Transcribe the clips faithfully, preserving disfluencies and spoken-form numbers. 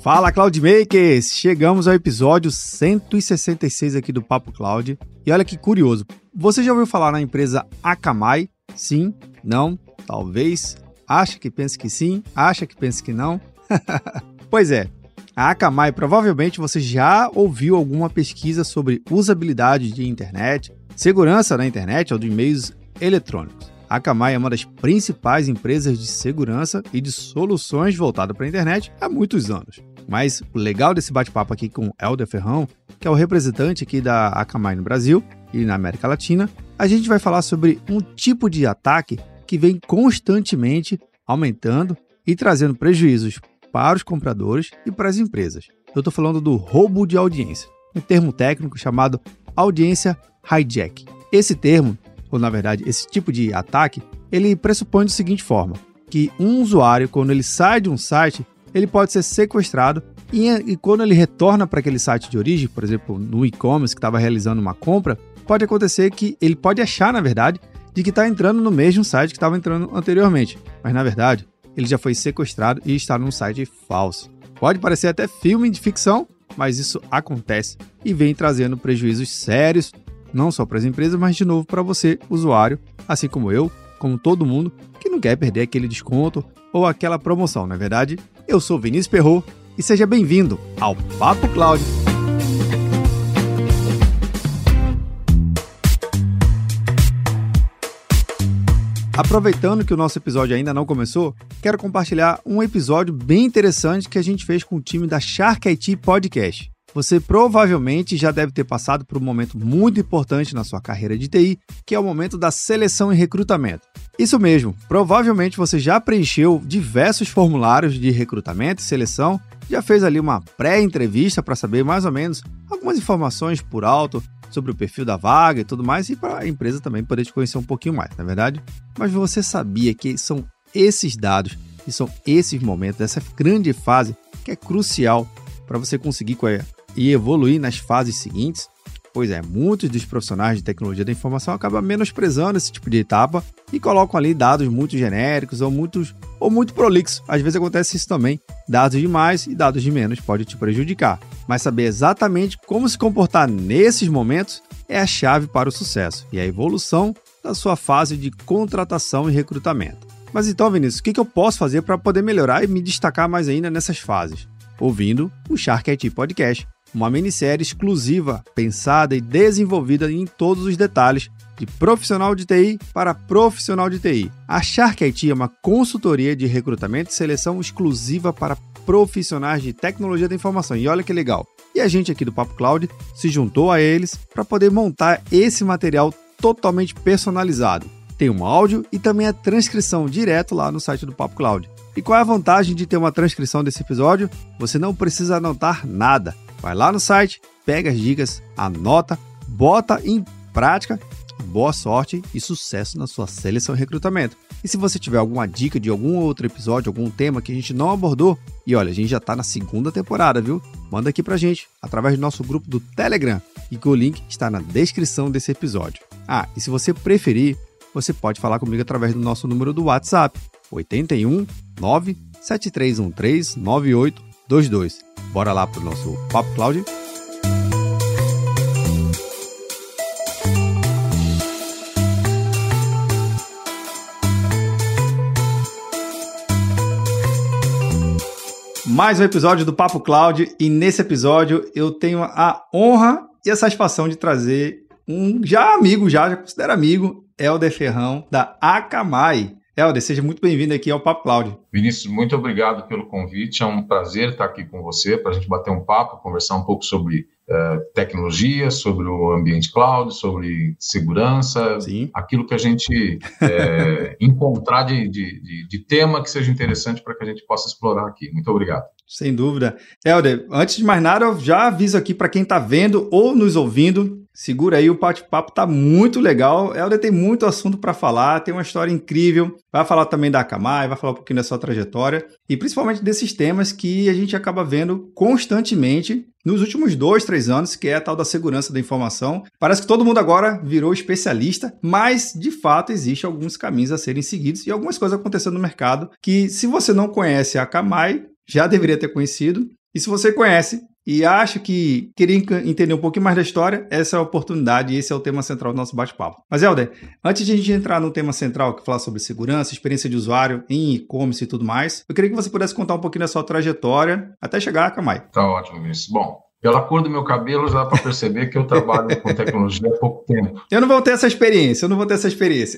Fala, Cloudmakers! Chegamos ao episódio cento e sessenta e seis aqui do Papo Cloud. E olha que curioso, você já ouviu falar na empresa Akamai? Sim? Não? Talvez? Acha que pensa que sim? Acha que pensa que não? Pois é, a Akamai, provavelmente você já ouviu alguma pesquisa sobre usabilidade de internet, segurança na internet ou de e-mails eletrônicos. A Akamai é uma das principais empresas de segurança e de soluções voltadas para a internet há muitos anos. Mas o legal desse bate-papo aqui com o Helder Ferrão, que é o representante aqui da Akamai no Brasil e na América Latina, a gente vai falar sobre um tipo de ataque que vem constantemente aumentando e trazendo prejuízos para os compradores e para as empresas. Eu estou falando do roubo de audiência, um termo técnico chamado audiência hijack. Esse termo, ou na verdade esse tipo de ataque, ele pressupõe da seguinte forma, que um usuário, quando ele sai de um site, ele pode ser sequestrado e, e quando ele retorna para aquele site de origem, por exemplo, no e-commerce que estava realizando uma compra, pode acontecer que ele pode achar, na verdade, de que está entrando no mesmo site que estava entrando anteriormente, mas na verdade ele já foi sequestrado e está num site falso. Pode parecer até filme de ficção, mas isso acontece e vem trazendo prejuízos sérios, não só para as empresas, mas de novo para você, usuário, assim como eu, como todo mundo, que não quer perder aquele desconto ou aquela promoção, não é verdade? Eu sou Vinícius Perrot e seja bem-vindo ao Papo Cloud. Aproveitando que o nosso episódio ainda não começou, quero compartilhar um episódio bem interessante que a gente fez com o time da Shark I T Podcast. Você provavelmente já deve ter passado por um momento muito importante na sua carreira de T I, que é o momento da seleção e recrutamento. Isso mesmo, provavelmente você já preencheu diversos formulários de recrutamento e seleção, já fez ali uma pré-entrevista para saber mais ou menos algumas informações por alto sobre o perfil da vaga e tudo mais, e para a empresa também poder te conhecer um pouquinho mais, não é verdade? Mas você sabia que são esses dados e são esses momentos, essa grande fase que é crucial para você conseguir e evoluir nas fases seguintes? Pois é, muitos dos profissionais de tecnologia da informação acabam menosprezando esse tipo de etapa e colocam ali dados muito genéricos ou, muitos, ou muito prolixos. Às vezes acontece isso também. Dados de mais e dados de menos pode te prejudicar. Mas saber exatamente como se comportar nesses momentos é a chave para o sucesso e a evolução da sua fase de contratação e recrutamento. Mas então, Vinícius, o que eu posso fazer para poder melhorar e me destacar mais ainda nessas fases? Ouvindo o Shark I T Podcast, uma minissérie exclusiva, pensada e desenvolvida em todos os detalhes, de profissional de T I para profissional de T I. A Shark I T é uma consultoria de recrutamento e seleção exclusiva para profissionais de tecnologia da informação. E olha que legal! E a gente aqui do Papo Cloud se juntou a eles para poder montar esse material totalmente personalizado. Tem um áudio e também a transcrição direto lá no site do Papo Cloud. E qual é a vantagem de ter uma transcrição desse episódio? Você não precisa anotar nada. Vai lá no site, pega as dicas, anota, bota em prática. Boa sorte e sucesso na sua seleção e recrutamento. E se você tiver alguma dica de algum outro episódio, algum tema que a gente não abordou, e olha, a gente já está na segunda temporada, viu? Manda aqui pra gente, através do nosso grupo do Telegram, e que o link está na descrição desse episódio. Ah, e se você preferir, você pode falar comigo através do nosso número do WhatsApp, oito um nove sete três um três nove oito dois dois. Bora lá pro nosso Papo Cloud. Mais um episódio do Papo Cloud e nesse episódio eu tenho a honra e a satisfação de trazer um já amigo, já, já considero amigo, Helder Ferrão, da Akamai. Helder, seja muito bem-vindo aqui ao Papo Cloud. Vinícius, muito obrigado pelo convite. É um prazer estar aqui com você para a gente bater um papo, conversar um pouco sobre uh, tecnologia, sobre o ambiente cloud, sobre segurança, Sim. aquilo que a gente é, encontrar de, de, de, de tema que seja interessante para que a gente possa explorar aqui. Muito obrigado. Sem dúvida. Helder, antes de mais nada, eu já aviso aqui para quem está vendo ou nos ouvindo, segura aí, o bate-papo tá muito legal. Helder tem muito assunto para falar, tem uma história incrível. Vai falar também da Akamai, vai falar um pouquinho da sua trajetória e principalmente desses temas que a gente acaba vendo constantemente nos últimos dois, três anos, que é a tal da segurança da informação. Parece que todo mundo agora virou especialista, mas de fato existem alguns caminhos a serem seguidos e algumas coisas acontecendo no mercado que, se você não conhece a Akamai, já deveria ter conhecido. E se você conhece e acha que queria entender um pouquinho mais da história, essa é a oportunidade e esse é o tema central do nosso bate-papo. Mas, Helder, antes de a gente entrar no tema central, que fala sobre segurança, experiência de usuário em e-commerce e tudo mais, eu queria que você pudesse contar um pouquinho da sua trajetória até chegar a Akamai. Tá ótimo, Vinícius. Bom, pela cor do meu cabelo, já dá para perceber que eu trabalho com tecnologia há pouco tempo. Eu não vou ter essa experiência, eu não vou ter essa experiência.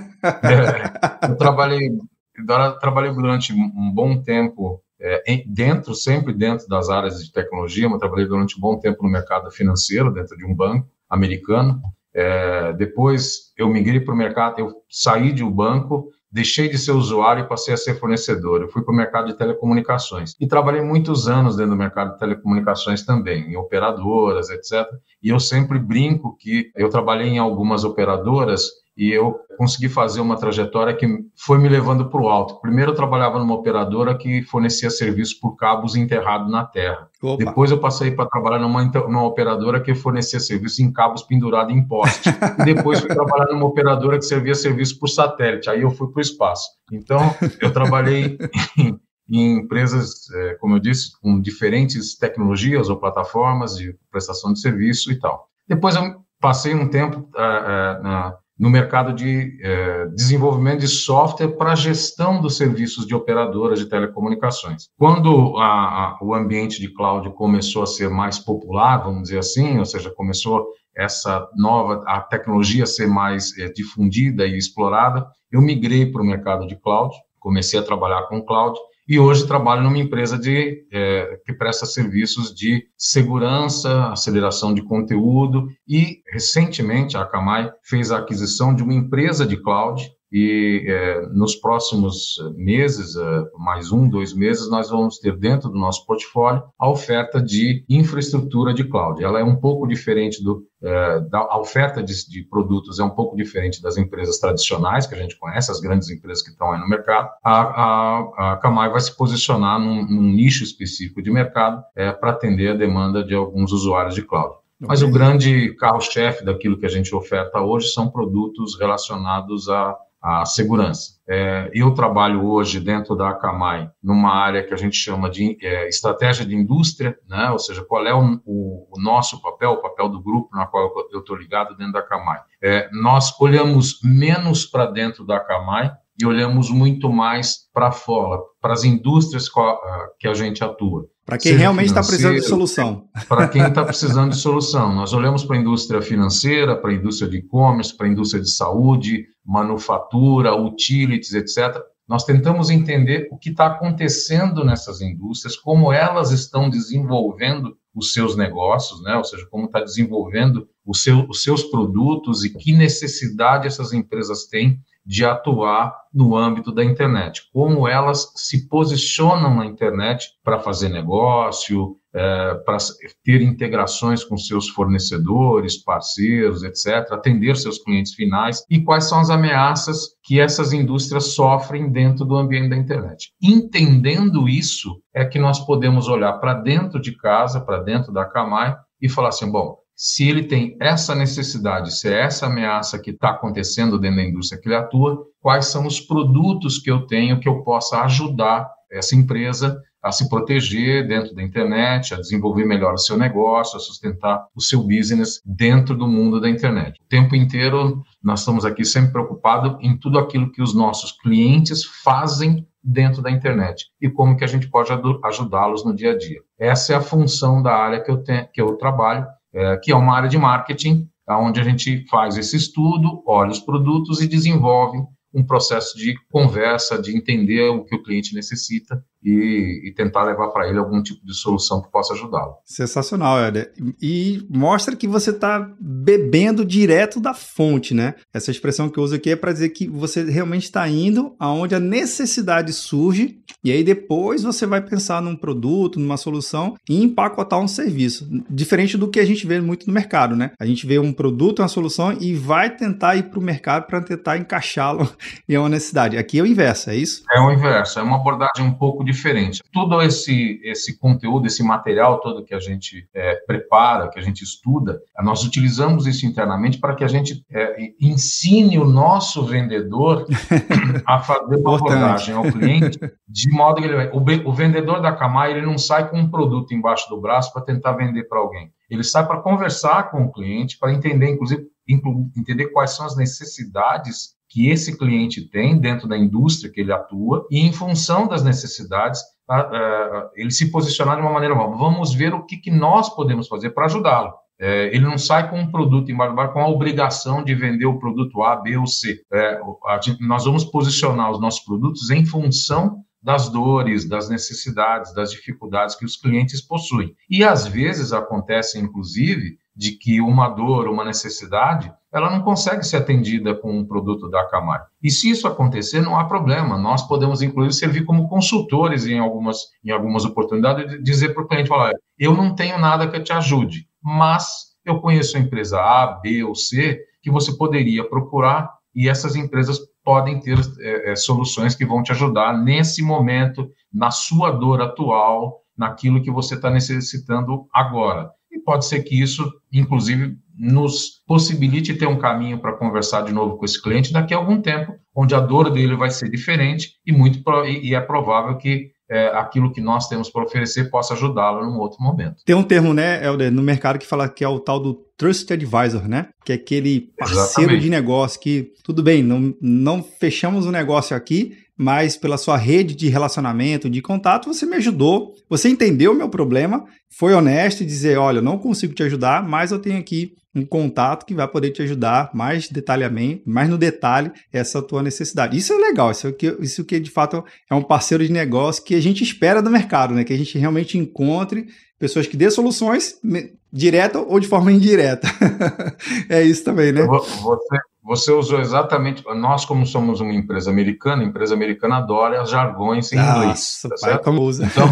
É, eu trabalhei, eu trabalhei durante um bom tempo É, dentro, sempre dentro das áreas de tecnologia, eu trabalhei durante um bom tempo no mercado financeiro, dentro de um banco americano. É, depois eu migrei para o mercado, eu saí de um banco, deixei de ser usuário e passei a ser fornecedor. Eu fui para o mercado de telecomunicações e trabalhei muitos anos dentro do mercado de telecomunicações também, em operadoras, etcétera. E eu sempre brinco que eu trabalhei em algumas operadoras e eu consegui fazer uma trajetória que foi me levando para o alto. Primeiro eu trabalhava numa operadora que fornecia serviços por cabos enterrados na terra. Opa. Depois eu passei para trabalhar numa, numa operadora que fornecia serviços em cabos pendurados em poste. E depois fui trabalhar numa operadora que servia serviços por satélite. Aí eu fui para o espaço. Então, eu trabalhei em, em empresas, como eu disse, com diferentes tecnologias ou plataformas de prestação de serviço e tal. Depois eu passei um tempo uh, uh, na no mercado de eh, desenvolvimento de software para gestão dos serviços de operadoras de telecomunicações. Quando a, a, o ambiente de cloud começou a ser mais popular, vamos dizer assim, ou seja, começou essa nova, a tecnologia a ser mais eh, difundida e explorada, eu migrei para o mercado de cloud, comecei a trabalhar com cloud, e hoje trabalho numa empresa de, é, que presta serviços de segurança, aceleração de conteúdo e, recentemente, a Akamai fez a aquisição de uma empresa de cloud e é, nos próximos meses, é, mais um, dois meses, nós vamos ter dentro do nosso portfólio a oferta de infraestrutura de cloud. Ela é um pouco diferente do, é, da a oferta de, de produtos é um pouco diferente das empresas tradicionais que a gente conhece, as grandes empresas que estão aí no mercado. A, a, a Akamai vai se posicionar num, num nicho específico de mercado é, para atender a demanda de alguns usuários de cloud. Mas o grande carro-chefe daquilo que a gente oferta hoje são produtos relacionados a a segurança. É, eu trabalho hoje dentro da Akamai numa área que a gente chama de é, estratégia de indústria, né? Ou seja, qual é o, o, o nosso papel, o papel do grupo na qual eu estou ligado dentro da Akamai. É, nós olhamos menos para dentro da Akamai e olhamos muito mais para fora, para as indústrias que a gente atua. Para quem realmente está precisando de solução. Para quem está precisando de solução. Nós olhamos para a indústria financeira, para a indústria de e-commerce, para a indústria de saúde, manufatura, utilities, etcétera. Nós tentamos entender o que está acontecendo nessas indústrias, como elas estão desenvolvendo os seus negócios, né? Ou seja, como está desenvolvendo o seu, os seus produtos e que necessidade essas empresas têm de atuar no âmbito da internet, como elas se posicionam na internet para fazer negócio, é, para ter integrações com seus fornecedores, parceiros, etcétera, atender seus clientes finais e quais são as ameaças que essas indústrias sofrem dentro do ambiente da internet. Entendendo isso, é que nós podemos olhar para dentro de casa, para dentro da Akamai e falar assim, bom, se ele tem essa necessidade, se é essa ameaça que está acontecendo dentro da indústria que ele atua, quais são os produtos que eu tenho que eu possa ajudar essa empresa a se proteger dentro da internet, a desenvolver melhor o seu negócio, a sustentar o seu business dentro do mundo da internet. O tempo inteiro nós estamos aqui sempre preocupados em tudo aquilo que os nossos clientes fazem dentro da internet e como que a gente pode ajudá-los no dia a dia. Essa é a função da área que eu, tenho, que eu trabalho, É, que é uma área de marketing, onde a gente faz esse estudo, olha os produtos e desenvolve um processo de conversa, de entender o que o cliente necessita e, e tentar levar para ele algum tipo de solução que possa ajudá-lo. Sensacional, Helder. E mostra que você está bebendo direto da fonte, né? Essa expressão que eu uso aqui é para dizer que você realmente está indo aonde a necessidade surge e aí depois você vai pensar num produto, numa solução e empacotar um serviço. Diferente do que a gente vê muito no mercado, né? A gente vê um produto, uma solução e vai tentar ir para o mercado para tentar encaixá-lo em uma necessidade. Aqui é o inverso, é isso? É o inverso. É uma abordagem um pouco diferente. Todo esse, esse conteúdo, esse material todo que a gente é, prepara, que a gente estuda, nós utilizamos isso internamente para que a gente é, ensine o nosso vendedor a fazer uma abordagem ao cliente, de modo que ele vai... O, o vendedor da Akamai, ele não sai com um produto embaixo do braço para tentar vender para alguém. Ele sai para conversar com o cliente, para entender, inclusive, entender quais são as necessidades que esse cliente tem dentro da indústria que ele atua, e em função das necessidades, ele se posicionar de uma maneira, vamos ver o que, que nós podemos fazer para ajudá-lo. É, ele não sai com um produto embaixo do braço com a obrigação de vender o produto A, B ou C. É, a gente, nós vamos posicionar os nossos produtos em função das dores, das necessidades, das dificuldades que os clientes possuem. E, às vezes, acontece, inclusive, de que uma dor, uma necessidade, ela não consegue ser atendida com um produto da Akamai. E se isso acontecer, não há problema. Nós podemos, inclusive, servir como consultores em algumas, em algumas oportunidades, de dizer para o cliente, olha, eu não tenho nada que te ajude, mas eu conheço a empresa A, B ou C que você poderia procurar, e essas empresas podem ter é, é, soluções que vão te ajudar nesse momento, na sua dor atual, naquilo que você está necessitando agora. E pode ser que isso, inclusive, nos possibilite ter um caminho para conversar de novo com esse cliente daqui a algum tempo, onde a dor dele vai ser diferente e, muito, e é provável que é, aquilo que nós temos para oferecer possa ajudá-lo num outro momento. Tem um termo, né, Helder, no mercado que fala que é o tal do Trusted Advisor, né? Que é aquele parceiro Exatamente. De negócio que, tudo bem, não, não fechamos o negócio aqui, mas pela sua rede de relacionamento, de contato, você me ajudou, você entendeu o meu problema, foi honesto e dizer, olha, eu não consigo te ajudar, mas eu tenho aqui um contato que vai poder te ajudar mais detalhamento, mais no detalhe, essa tua necessidade. Isso é legal, isso que, isso que de fato é um parceiro de negócio que a gente espera do mercado, né? Que a gente realmente encontre pessoas que dê soluções direta ou de forma indireta. É isso também, né? Você, você usou exatamente... Nós, como somos uma empresa americana, a empresa americana adora jargões em Nossa, inglês. Tá pai, certo? como usa. Então,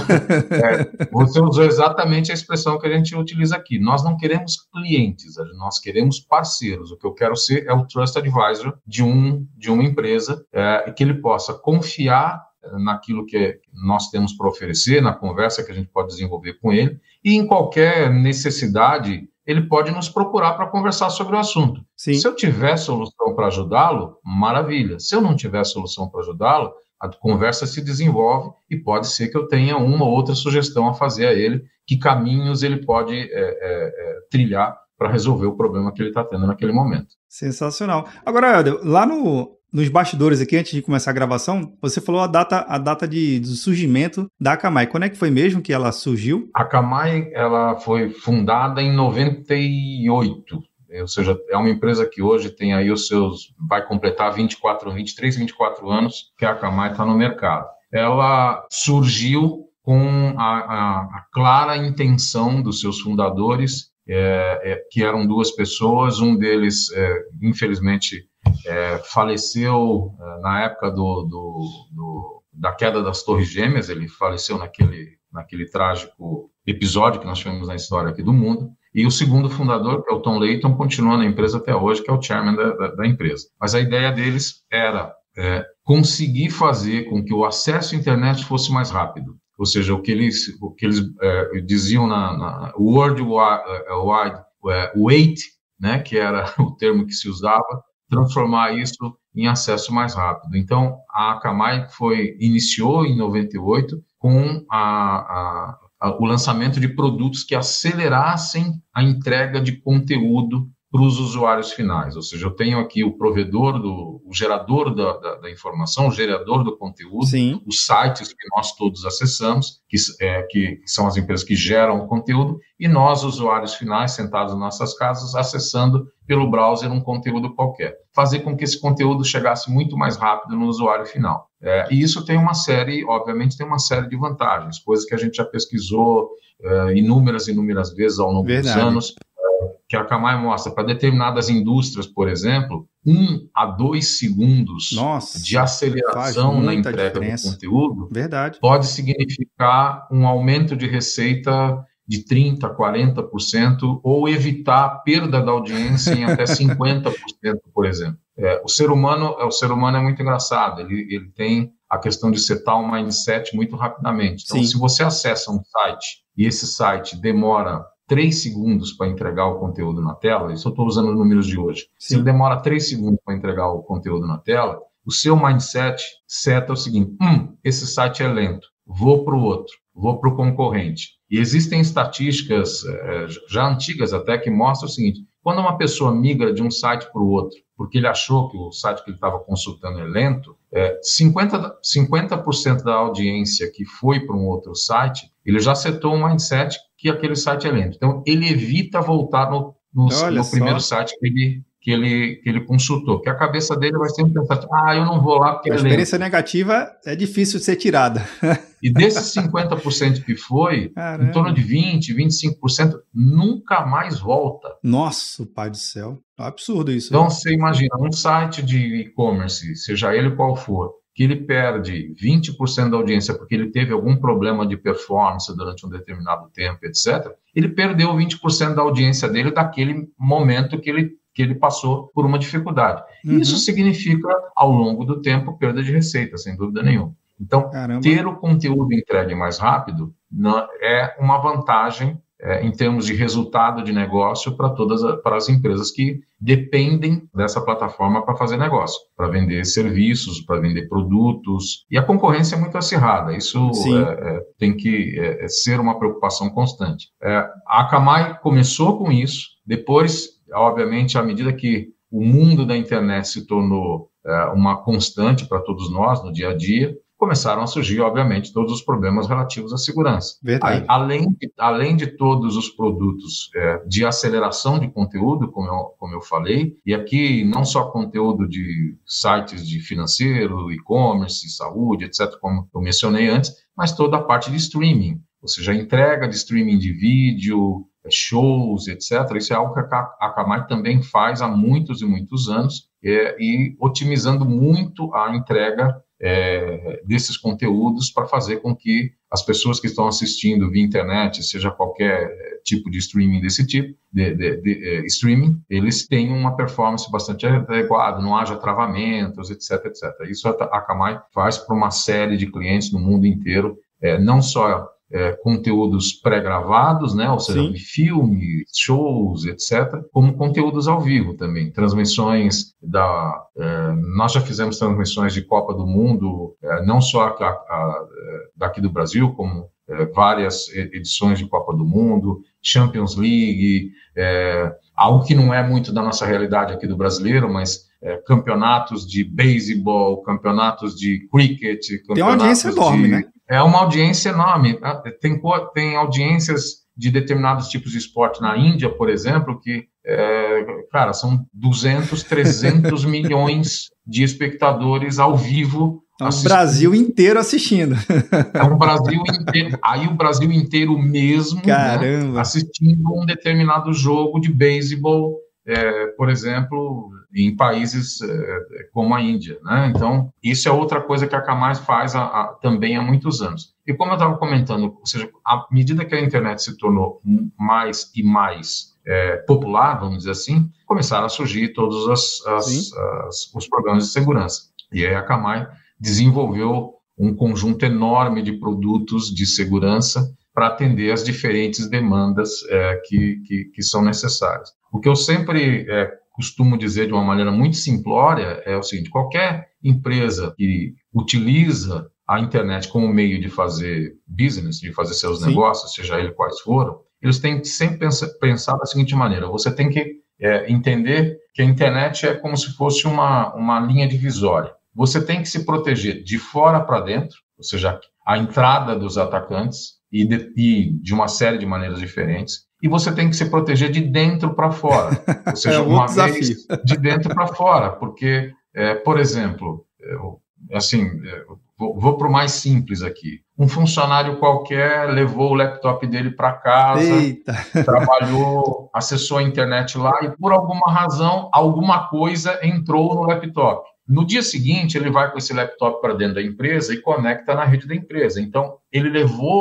é, você usou exatamente a expressão que a gente utiliza aqui. Nós não queremos clientes, nós queremos parceiros. O que eu quero ser é o Trust Advisor de, um, de uma empresa é, que ele possa confiar naquilo que nós temos para oferecer, na conversa que a gente pode desenvolver com ele, e em qualquer necessidade, ele pode nos procurar para conversar sobre o assunto. Sim. Se eu tiver solução para ajudá-lo, maravilha. Se eu não tiver solução para ajudá-lo, a conversa se desenvolve e pode ser que eu tenha uma ou outra sugestão a fazer a ele, que caminhos ele pode é, é, é, trilhar para resolver o problema que ele está tendo naquele momento. Sensacional. Agora, lá no... Nos bastidores aqui, antes de começar a gravação, você falou a data, a data de, de surgimento da Akamai. Quando é que foi mesmo que ela surgiu? A Akamai, ela foi fundada em noventa e oito, ou seja, é uma empresa que hoje tem aí os seus, vai completar vinte e quatro, vinte e três, vinte e quatro anos que a Akamai está no mercado. Ela surgiu com a, a, a clara intenção dos seus fundadores, é, é, que eram duas pessoas, um deles, é, infelizmente, É, faleceu é, na época do, do, do, da queda das Torres Gêmeas, ele faleceu naquele, naquele trágico episódio que nós tivemos na história aqui do mundo, e o segundo fundador, que é o Tom Layton, continua na empresa até hoje, que é o chairman da, da, da empresa. Mas a ideia deles era é, conseguir fazer com que o acesso à internet fosse mais rápido, ou seja, o que eles, o que eles é, diziam na, na World Wide Wait, né, que era o termo que se usava, transformar isso em acesso mais rápido. Então, a Akamai foi, iniciou em noventa e oito com a, a, a, o lançamento de produtos que acelerassem a entrega de conteúdo para os usuários finais. Ou seja, eu tenho aqui o provedor, do, o gerador da, da, da informação, o gerador do conteúdo, Sim. os sites que nós todos acessamos, que, é, que são as empresas que geram o conteúdo, e nós, usuários finais, sentados em nossas casas, acessando pelo browser um conteúdo qualquer. Fazer com que esse conteúdo chegasse muito mais rápido no usuário final. É, e isso tem uma série, obviamente, tem uma série de vantagens, coisas que a gente já pesquisou é, inúmeras e inúmeras vezes ao longo Verdade. dos anos, que a Akamai mostra, para determinadas indústrias, por exemplo, um a dois segundos Nossa, de aceleração na entrega diferença. do conteúdo Verdade. pode significar um aumento de receita de trinta por cento, quarenta por cento, ou evitar a perda da audiência em até cinquenta por cento, por exemplo. É, o ser humano, o ser humano é muito engraçado, ele, ele tem a questão de setar um mindset muito rapidamente. Então, Sim. se você acessa um site e esse site demora três segundos para entregar o conteúdo na tela, isso eu estou usando os números de hoje, Sim. se ele demora três segundos para entregar o conteúdo na tela, o seu mindset seta o seguinte, hum, esse site é lento, vou para o outro, vou para o concorrente. E existem estatísticas é, já antigas até que mostram o seguinte, quando uma pessoa migra de um site para o outro, porque ele achou que o site que ele estava consultando é lento, é, cinquenta por cento da audiência que foi para um outro site, ele já setou um mindset que aquele site é lento. Então, ele evita voltar no, no, no primeiro site que ele, que, ele, que ele consultou, porque a cabeça dele vai sempre pensar, ah, eu não vou lá porque a é lento. A experiência negativa é difícil de ser tirada. E desses cinquenta por cento que foi, Caramba. Em torno de vinte por cento, vinte e cinco por cento nunca mais volta. Nossa, pai do céu. É um absurdo isso. Então, você imagina, um site de e-commerce, seja ele qual for, que ele perde vinte por cento da audiência porque ele teve algum problema de performance durante um determinado tempo, etcétera, ele perdeu vinte por cento da audiência dele daquele momento que ele, que ele passou por uma dificuldade. Uhum. Isso significa, ao longo do tempo, perda de receita, sem dúvida nenhuma. Então, Caramba. ter o conteúdo entregue mais rápido não, é uma vantagem é, em termos de resultado de negócio para todas a, para as empresas que dependem dessa plataforma para fazer negócio, para vender serviços, para vender produtos. E a concorrência é muito acirrada. Isso é, é, tem que é, ser uma preocupação constante. É, a Akamai começou com isso. Depois, obviamente, à medida que o mundo da internet se tornou é, uma constante para todos nós no dia a dia, começaram a surgir, obviamente, todos os problemas relativos à segurança. Aí, além, de, além de todos os produtos é, de aceleração de conteúdo, como eu, como eu falei, e aqui não só conteúdo de sites de financeiro, e-commerce, saúde, etcétera, como eu mencionei antes, mas toda a parte de streaming, ou seja, a entrega de streaming de vídeo, shows, etcétera. Isso é algo que a Akamai também faz há muitos e muitos anos, é, e otimizando muito a entrega É, desses conteúdos para fazer com que as pessoas que estão assistindo via internet, seja qualquer tipo de streaming desse tipo, de, de, de, de streaming, eles tenham uma performance bastante adequada, não haja travamentos, etc, etcétera. Isso a Akamai faz para uma série de clientes no mundo inteiro, é, não só É, conteúdos pré-gravados, né, ou seja, filmes, shows, etcétera, como conteúdos ao vivo também, transmissões da... É, nós já fizemos transmissões de Copa do Mundo, é, não só a, a, a, daqui do Brasil, como é, várias edições de Copa do Mundo, Champions League, é, algo que não é muito da nossa realidade aqui do brasileiro, mas é, campeonatos de beisebol, campeonatos de cricket, campeonatos tem uma audiência enorme, de, né? É uma audiência enorme. Tem, tem audiências de determinados tipos de esporte na Índia, por exemplo, que, é, cara, são duzentos, trezentos milhões de espectadores ao vivo. É um Brasil inteiro assistindo. É um Brasil inteiro. Aí o Brasil inteiro mesmo, né, assistindo um determinado jogo de beisebol, é, por exemplo, em países é, como a Índia, né? Então, isso é outra coisa que a Akamai faz a, a, também há muitos anos. E como eu estava comentando, ou seja, à medida que a internet se tornou mais e mais é, popular, vamos dizer assim, começaram a surgir todos as, as, as, os programas de segurança. E aí a Akamai desenvolveu um conjunto enorme de produtos de segurança para atender as diferentes demandas é, que, que, que são necessárias. O que eu sempre é, costumo dizer de uma maneira muito simplória é o seguinte: qualquer empresa que utiliza a internet como meio de fazer business, de fazer seus Sim. negócios, seja ele quais foram, eles têm que sempre pensar, pensar da seguinte maneira: você tem que é, entender que a internet é como se fosse uma, uma linha divisória. Você tem que se proteger de fora para dentro, ou seja, a entrada dos atacantes, e de, e de uma série de maneiras diferentes, e você tem que se proteger de dentro para fora, ou seja, é um uma vez desafio. De dentro para fora, porque, é, por exemplo, eu, assim, eu vou, vou para o mais simples aqui, um funcionário qualquer levou o laptop dele para casa, Eita. trabalhou, acessou a internet lá e, por alguma razão, alguma coisa entrou no laptop. No dia seguinte, ele vai com esse laptop para dentro da empresa e conecta na rede da empresa. Então, ele levou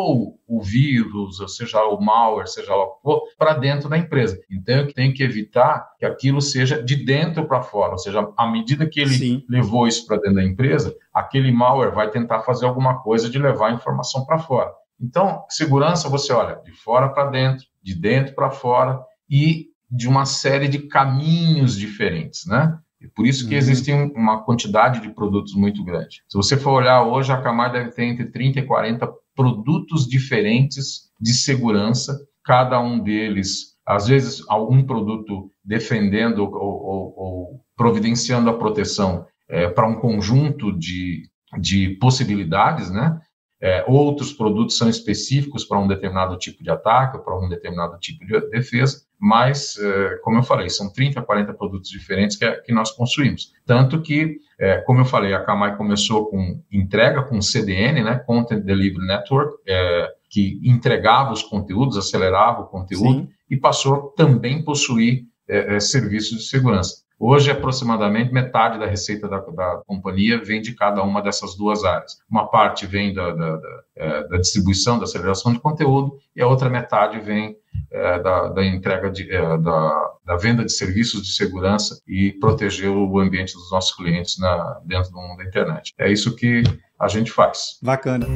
o vírus, ou seja o malware, seja lá o que for, para dentro da empresa. Então, eu tenho que evitar que aquilo seja de dentro para fora, ou seja, à medida que ele Sim. levou isso para dentro da empresa, aquele malware vai tentar fazer alguma coisa de levar a informação para fora. Então, segurança, você olha de fora para dentro, de dentro para fora e de uma série de caminhos diferentes, né? E por isso que uhum. existe uma quantidade de produtos muito grande. Se você for olhar hoje, a Akamai deve ter entre trinta e quarenta produtos diferentes de segurança, cada um deles, às vezes, algum produto defendendo ou, ou, ou providenciando a proteção é, para um conjunto de, de possibilidades, né? É, outros produtos são específicos para um determinado tipo de ataque, para um determinado tipo de defesa, mas, é, como eu falei, são trinta, quarenta produtos diferentes que, é, que nós construímos. Tanto que, é, como eu falei, a Akamai começou com entrega com C D N, né, Content Delivery Network, é, que entregava os conteúdos, acelerava o conteúdo, Sim. e passou a também possuir é, é, serviços de segurança. Hoje, aproximadamente metade da receita da, da companhia vem de cada uma dessas duas áreas. Uma parte vem da, da, da, da distribuição, da aceleração de conteúdo, e a outra metade vem é, da, da entrega, de, é, da, da venda de serviços de segurança e proteger o ambiente dos nossos clientes na, dentro do mundo da internet. É isso que a gente faz. Bacana.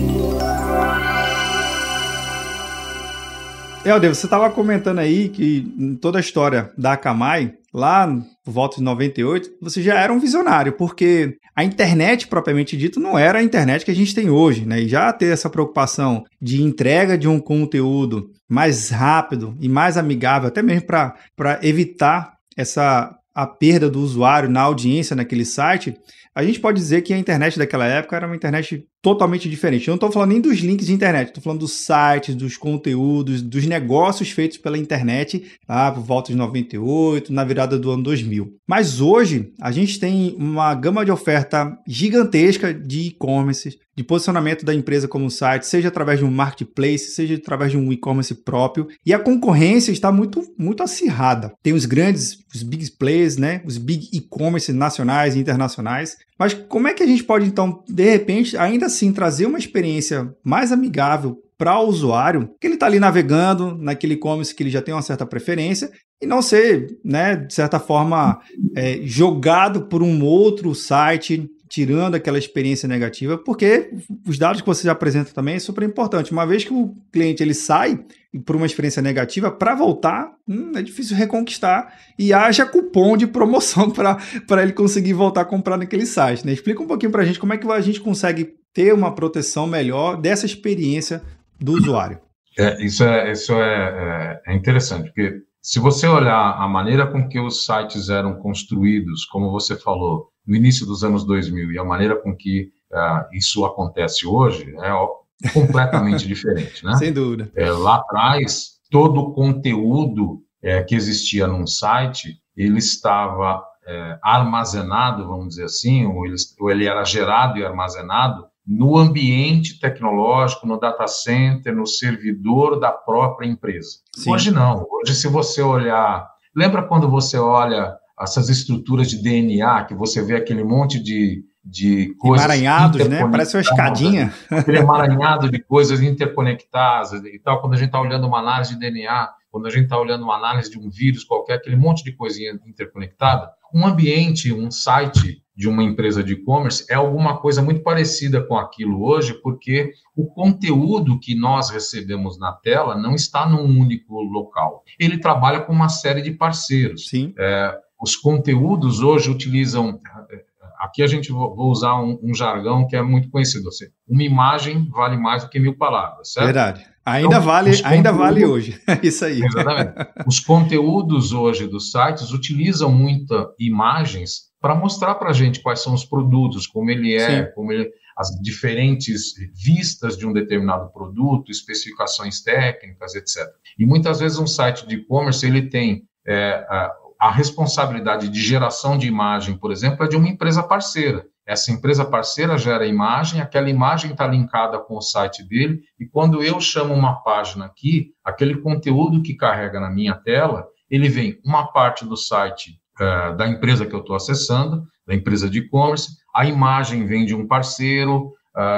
Helder, você estava comentando aí que em toda a história da Akamai, lá por volta de noventa e oito, você já era um visionário, porque a internet, propriamente dito, não era a internet que a gente tem hoje, né? E já ter essa preocupação de entrega de um conteúdo mais rápido e mais amigável, até mesmo para evitar essa, a perda do usuário na audiência naquele site, a gente pode dizer que a internet daquela época era uma internet totalmente diferente. Eu não estou falando nem dos links de internet, estou falando dos sites, dos conteúdos, dos negócios feitos pela internet lá por volta de noventa e oito, na virada do ano dois mil. Mas hoje a gente tem uma gama de oferta gigantesca de e-commerce, de posicionamento da empresa como site, seja através de um marketplace, seja através de um e-commerce próprio, e a concorrência está muito, muito acirrada. Tem os grandes, os big players, né? Os big e-commerce nacionais e internacionais. Mas como é que a gente pode, então, de repente, ainda assim, trazer uma experiência mais amigável para o usuário, que ele está ali navegando naquele e-commerce que ele já tem uma certa preferência, e não ser, né, de certa forma, é, jogado por um outro site, tirando aquela experiência negativa, porque os dados que você já apresenta também é super importante. Uma vez que o cliente ele sai por uma experiência negativa, para voltar, hum, é difícil reconquistar e haja cupom de promoção para ele conseguir voltar a comprar naquele site, né? Explica um pouquinho para a gente como é que a gente consegue ter uma proteção melhor dessa experiência do usuário. É, isso é, isso é, é, é interessante, porque se você olhar a maneira com que os sites eram construídos, como você falou, no início dos anos dois mil, e a maneira com que uh, isso acontece hoje, é completamente diferente, né? Sem dúvida. É, lá atrás, todo o conteúdo é, que existia num site, ele estava é, armazenado, vamos dizer assim, ou ele, ou ele era gerado e armazenado no ambiente tecnológico, no data center, no servidor da própria empresa. Sim. Hoje não. Hoje, se você olhar... Lembra quando você olha essas estruturas de D N A, que você vê aquele monte de, de coisas... Emaranhados, né? Parece uma escadinha. Aquele emaranhado de coisas interconectadas e tal. Quando a gente está olhando uma análise de D N A, quando a gente está olhando uma análise de um vírus qualquer, aquele monte de coisinha interconectada, um ambiente, um site de uma empresa de e-commerce é alguma coisa muito parecida com aquilo hoje, porque o conteúdo que nós recebemos na tela não está num único local. Ele trabalha com uma série de parceiros. Sim. É, os conteúdos hoje utilizam... Aqui a gente vou usar um, um jargão que é muito conhecido. Assim, uma imagem vale mais do que mil palavras, certo? Verdade. Ainda, então, vale, ainda vale hoje. É isso aí. Exatamente. Os conteúdos hoje dos sites utilizam muitas imagens para mostrar para a gente quais são os produtos, como ele é, Sim. como ele, as diferentes vistas de um determinado produto, especificações técnicas, etcétera. E muitas vezes um site de e-commerce ele tem é, a, a responsabilidade de geração de imagem, por exemplo, é de uma empresa parceira. Essa empresa parceira gera a imagem, aquela imagem está linkada com o site dele, e quando eu chamo uma página aqui, aquele conteúdo que carrega na minha tela, ele vem uma parte do site uh, da empresa que eu estou acessando, da empresa de e-commerce, a imagem vem de um parceiro, uh,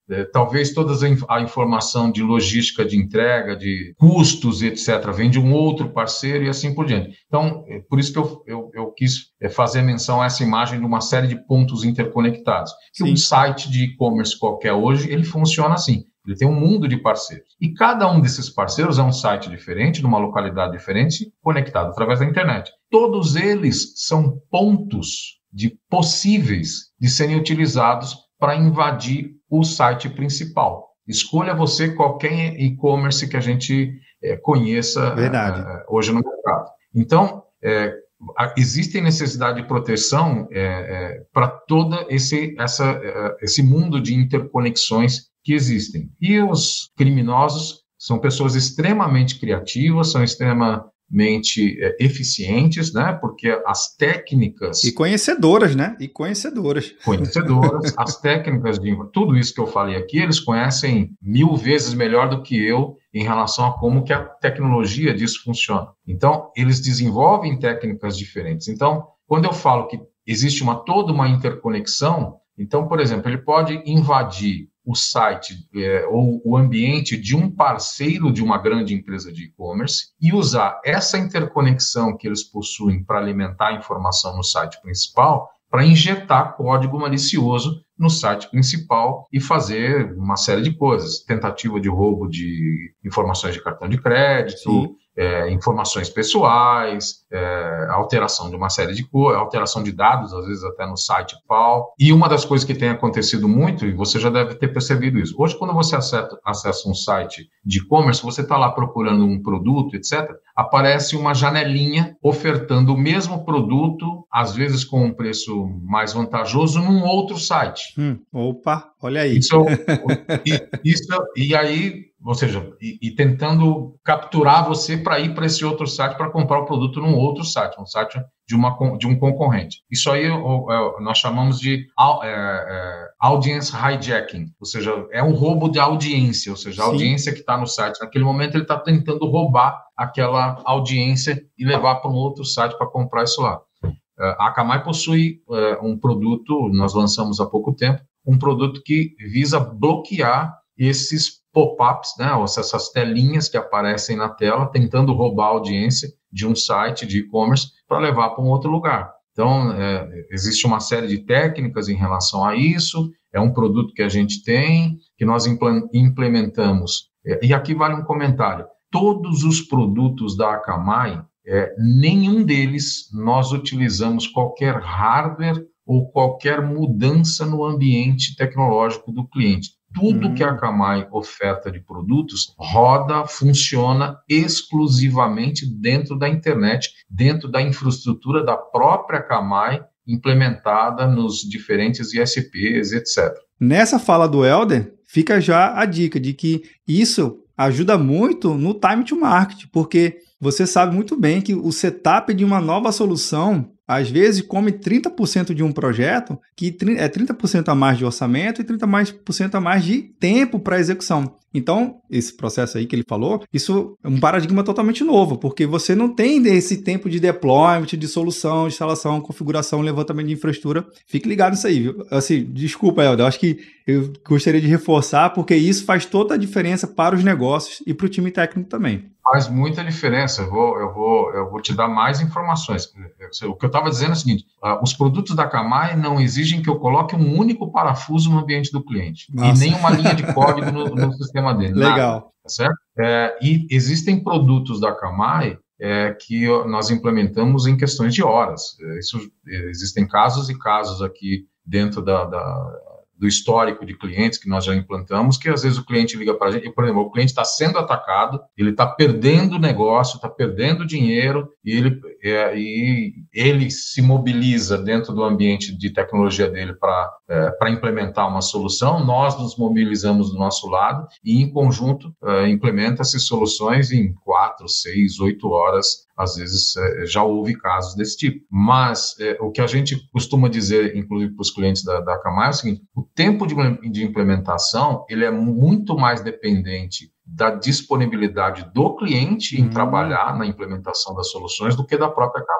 é, talvez toda a informação de logística de entrega, de custos, etcétera, vem de um outro parceiro e assim por diante. Então, é por isso que eu, eu, eu quis fazer menção a essa imagem de uma série de pontos interconectados. Que um site de e-commerce qualquer hoje, ele funciona assim. Ele tem um mundo de parceiros. E cada um desses parceiros é um site diferente, numa localidade diferente, conectado através da internet. Todos eles são pontos de possíveis de serem utilizados para invadir o site principal. Escolha você qualquer e-commerce que a gente é, conheça é, hoje no mercado. Então, é, existe necessidade de proteção é, é, para todo esse, essa, é, esse mundo de interconexões que existem. E os criminosos são pessoas extremamente criativas, são extremamente é, eficientes, né? Porque as técnicas... E conhecedoras, né? E conhecedoras. Conhecedoras. As técnicas de... Tudo isso que eu falei aqui, eles conhecem mil vezes melhor do que eu em relação a como que a tecnologia disso funciona. Então, eles desenvolvem técnicas diferentes. Então, quando eu falo que existe uma, toda uma interconexão, então, por exemplo, ele pode invadir o site é, ou o ambiente de um parceiro de uma grande empresa de e-commerce e usar essa interconexão que eles possuem para alimentar a informação no site principal para injetar código malicioso no site principal e fazer uma série de coisas. Tentativa de roubo de informações de cartão de crédito, é, informações pessoais, é, alteração de uma série de coisas, alteração de dados, às vezes até no site P A U. E uma das coisas que tem acontecido muito, e você já deve ter percebido isso, hoje quando você acessa, acessa um site de e-commerce, você está lá procurando um produto, etcétera, aparece uma janelinha ofertando o mesmo produto, às vezes com um preço mais vantajoso, num outro site. Hum, opa, olha aí. Isso, e, isso, e aí, ou seja, e, e tentando capturar você para ir para esse outro site para comprar o produto num outro site, um site de, uma, de um concorrente. Isso aí nós chamamos de é, é, audience hijacking, ou seja, é um roubo de audiência, ou seja, a Sim. audiência que está no site, naquele momento ele está tentando roubar aquela audiência e levar para um outro site para comprar isso lá. A Akamai possui uh, um produto, nós lançamos há pouco tempo, um produto que visa bloquear esses pop-ups, né, ou essas telinhas que aparecem na tela, tentando roubar a audiência de um site de e-commerce para levar para um outro lugar. Então, é, existe uma série de técnicas em relação a isso, é um produto que a gente tem, que nós implementamos. É, e aqui vale um comentário. Todos os produtos da Akamai, É, nenhum deles nós utilizamos qualquer hardware ou qualquer mudança no ambiente tecnológico do cliente. Tudo uhum. que a Akamai oferta de produtos roda, funciona exclusivamente dentro da internet, dentro da infraestrutura da própria Akamai, implementada nos diferentes I S Ps, etcétera. Nessa fala do Helder, fica já a dica de que isso ajuda muito no time to market, porque você sabe muito bem que o setup de uma nova solução, às vezes, come trinta por cento de um projeto, que é trinta por cento a mais de orçamento e trinta por cento a mais de tempo para execução. Então, esse processo aí que ele falou, isso é um paradigma totalmente novo, porque você não tem esse tempo de deployment, de solução, de instalação, configuração, levantamento de infraestrutura. Fique ligado nisso aí, viu? Assim, desculpa, Helder, eu acho que eu gostaria de reforçar, porque isso faz toda a diferença para os negócios e para o time técnico também. Faz muita diferença. Eu vou, eu vou, eu vou te dar mais informações. O que eu estava dizendo é o seguinte, uh, os produtos da Akamai não exigem que eu coloque um único parafuso no ambiente do cliente. Nossa. E nem uma linha de código no, no sistema dele. Legal. Nada, tá certo? É, e existem produtos da Akamai é, que nós implementamos em questões de horas. É, isso, existem casos e casos aqui dentro da... da do histórico de clientes que nós já implantamos, que às vezes o cliente liga para a gente, e, por exemplo, o cliente está sendo atacado, ele está perdendo negócio, está perdendo dinheiro, e ele, é, e ele se mobiliza dentro do ambiente de tecnologia dele para é, para implementar uma solução, nós nos mobilizamos do nosso lado e, em conjunto, é, implementa essas soluções em quatro, seis, oito horas. Às vezes é, já houve casos desse tipo. Mas é, o que a gente costuma dizer, inclusive para os clientes da, da Akamai, é o seguinte, o tempo de, de implementação ele é muito mais dependente da disponibilidade do cliente em uhum. trabalhar na implementação das soluções do que da própria Akamai.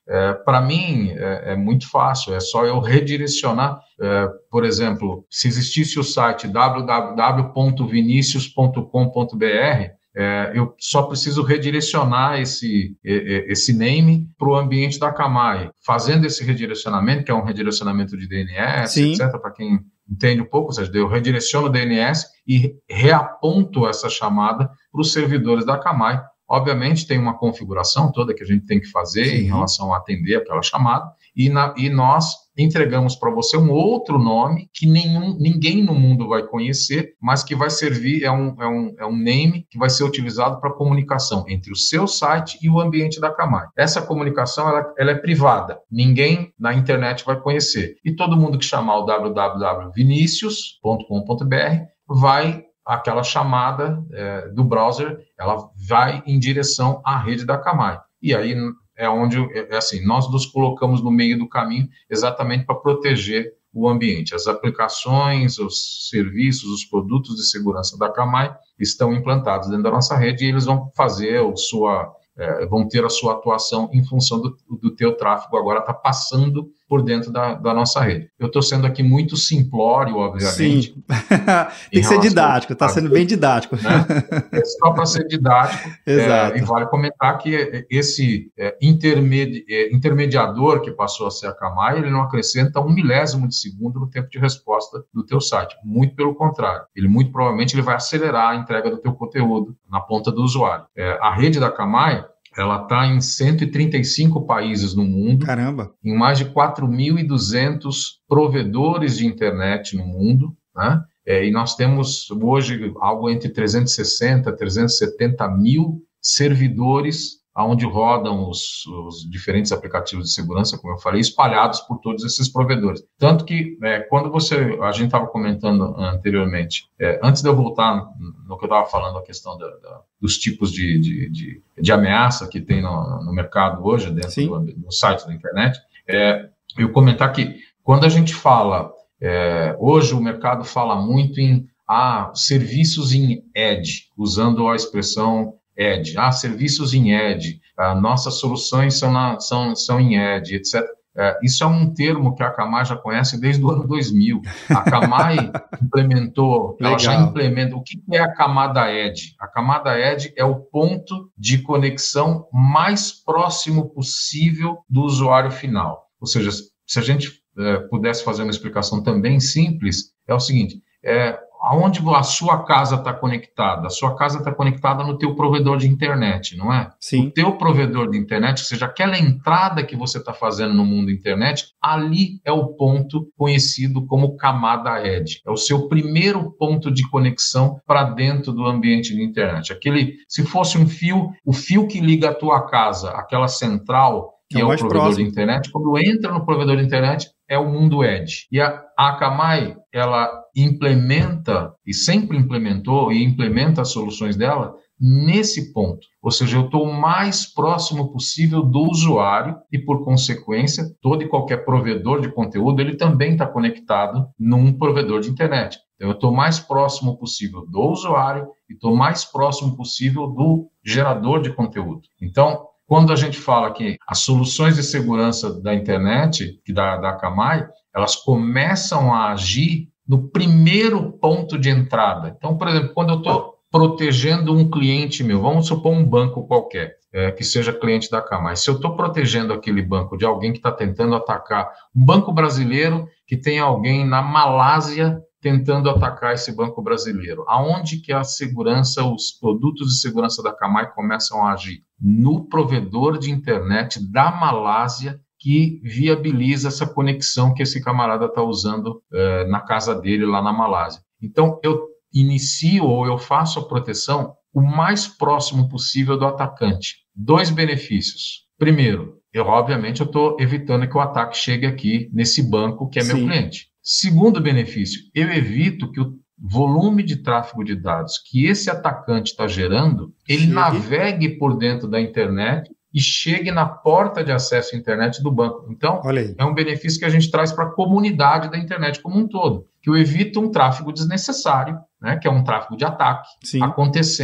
É, para mim, é, é muito fácil, é só eu redirecionar. É, por exemplo, se existisse o site w w w ponto vinicius ponto com ponto b r, é, eu só preciso redirecionar esse, esse name para o ambiente da Akamai. Fazendo esse redirecionamento, que é um redirecionamento de D N S, Sim. etcétera, para quem entende um pouco, ou seja, eu redireciono o D N S e reaponto essa chamada para os servidores da Akamai. Obviamente, tem uma configuração toda que a gente tem que fazer Sim. em relação a atender aquela chamada, e, na, e nós entregamos para você um outro nome que nenhum, ninguém no mundo vai conhecer, mas que vai servir, é um, é um, é um name que vai ser utilizado para comunicação entre o seu site e o ambiente da Akamai. Essa comunicação, ela, ela é privada, ninguém na internet vai conhecer. E todo mundo que chamar o w w w ponto vinicius ponto com ponto b r vai... aquela chamada é, do browser, ela vai em direção à rede da Akamai. E aí é onde, é assim, nós nos colocamos no meio do caminho exatamente para proteger o ambiente. As aplicações, os serviços, os produtos de segurança da Akamai estão implantados dentro da nossa rede e eles vão fazer a sua... É, vão ter a sua atuação em função do, do teu tráfego agora está passando por dentro da, da nossa rede. Eu estou sendo aqui muito simplório, obviamente. Sim, tem que ser didático, está sendo bem didático. Né? É só para ser didático. Exato. É, e vale comentar que esse é, intermedi é, intermediador que passou a ser a Akamai, ele não acrescenta um milésimo de segundo no tempo de resposta do teu site. Muito pelo contrário. Ele muito provavelmente ele vai acelerar a entrega do teu conteúdo na ponta do usuário. É, a rede da Akamai, ela está em cento e trinta e cinco países no mundo. Caramba! Em mais de quatro mil e duzentos provedores de internet no mundo, né? É, e nós temos hoje algo entre trezentos e sessenta, trezentos e setenta mil servidores onde rodam os, os diferentes aplicativos de segurança, como eu falei, espalhados por todos esses provedores. Tanto que, é, quando você, a gente estava comentando anteriormente, é, antes de eu voltar no que eu estava falando, a questão da, da, dos tipos de, de, de, de ameaça que tem no, no mercado hoje, dentro do, do site da internet, é, eu comentar que, quando a gente fala, é, hoje o mercado fala muito em ah, serviços em edge, usando a expressão Edge, ah, serviços em Edge, ah, nossas soluções são, na, são, são em Edge, etcétera. É, isso é um termo que a Akamai já conhece desde o ano dois mil. A Akamai implementou, ela já implementa. O que é a camada Edge? A camada Edge é o ponto de conexão mais próximo possível do usuário final. Ou seja, se a gente é, pudesse fazer uma explicação também simples, é o seguinte, é, aonde a sua casa está conectada? A sua casa está conectada no teu provedor de internet, não é? Sim. O teu provedor de internet, ou seja, aquela entrada que você está fazendo no mundo internet, ali é o ponto conhecido como camada Edge. É o seu primeiro ponto de conexão para dentro do ambiente de internet. Aquele, se fosse um fio, o fio que liga a tua casa, aquela central, que é, é o provedor próximo. de internet, quando entra no provedor de internet, é o mundo Edge. E a, a Akamai, ela implementa, e sempre implementou, e implementa as soluções dela nesse ponto. Ou seja, eu estou o mais próximo possível do usuário e, por consequência, todo e qualquer provedor de conteúdo, ele também está conectado num provedor de internet. Então, eu estou o mais próximo possível do usuário e estou o mais próximo possível do gerador de conteúdo. Então, quando a gente fala que as soluções de segurança da internet, que da, da Akamai, elas começam a agir no primeiro ponto de entrada. Então, por exemplo, quando eu estou protegendo um cliente meu, vamos supor um banco qualquer, é, que seja cliente da Akamai. Se eu estou protegendo aquele banco de alguém que está tentando atacar um banco brasileiro, que tem alguém na Malásia tentando atacar esse banco brasileiro, aonde que a segurança, os produtos de segurança da Akamai começam a agir? No provedor de internet da Malásia, que viabiliza essa conexão que esse camarada está usando eh, na casa dele lá na Malásia. Então, eu inicio ou eu faço a proteção o mais próximo possível do atacante. Dois benefícios. Primeiro, eu obviamente eu estou evitando que o ataque chegue aqui nesse banco que é Sim. meu cliente. Segundo benefício, eu evito que o volume de tráfego de dados que esse atacante está gerando, ele Chegue. navegue por dentro da internet e chegue na porta de acesso à internet do banco. Então, é um benefício que a gente traz para a comunidade da internet como um todo, que eu evito um tráfego desnecessário, né, que é um tráfego de ataque, Sim. acontecendo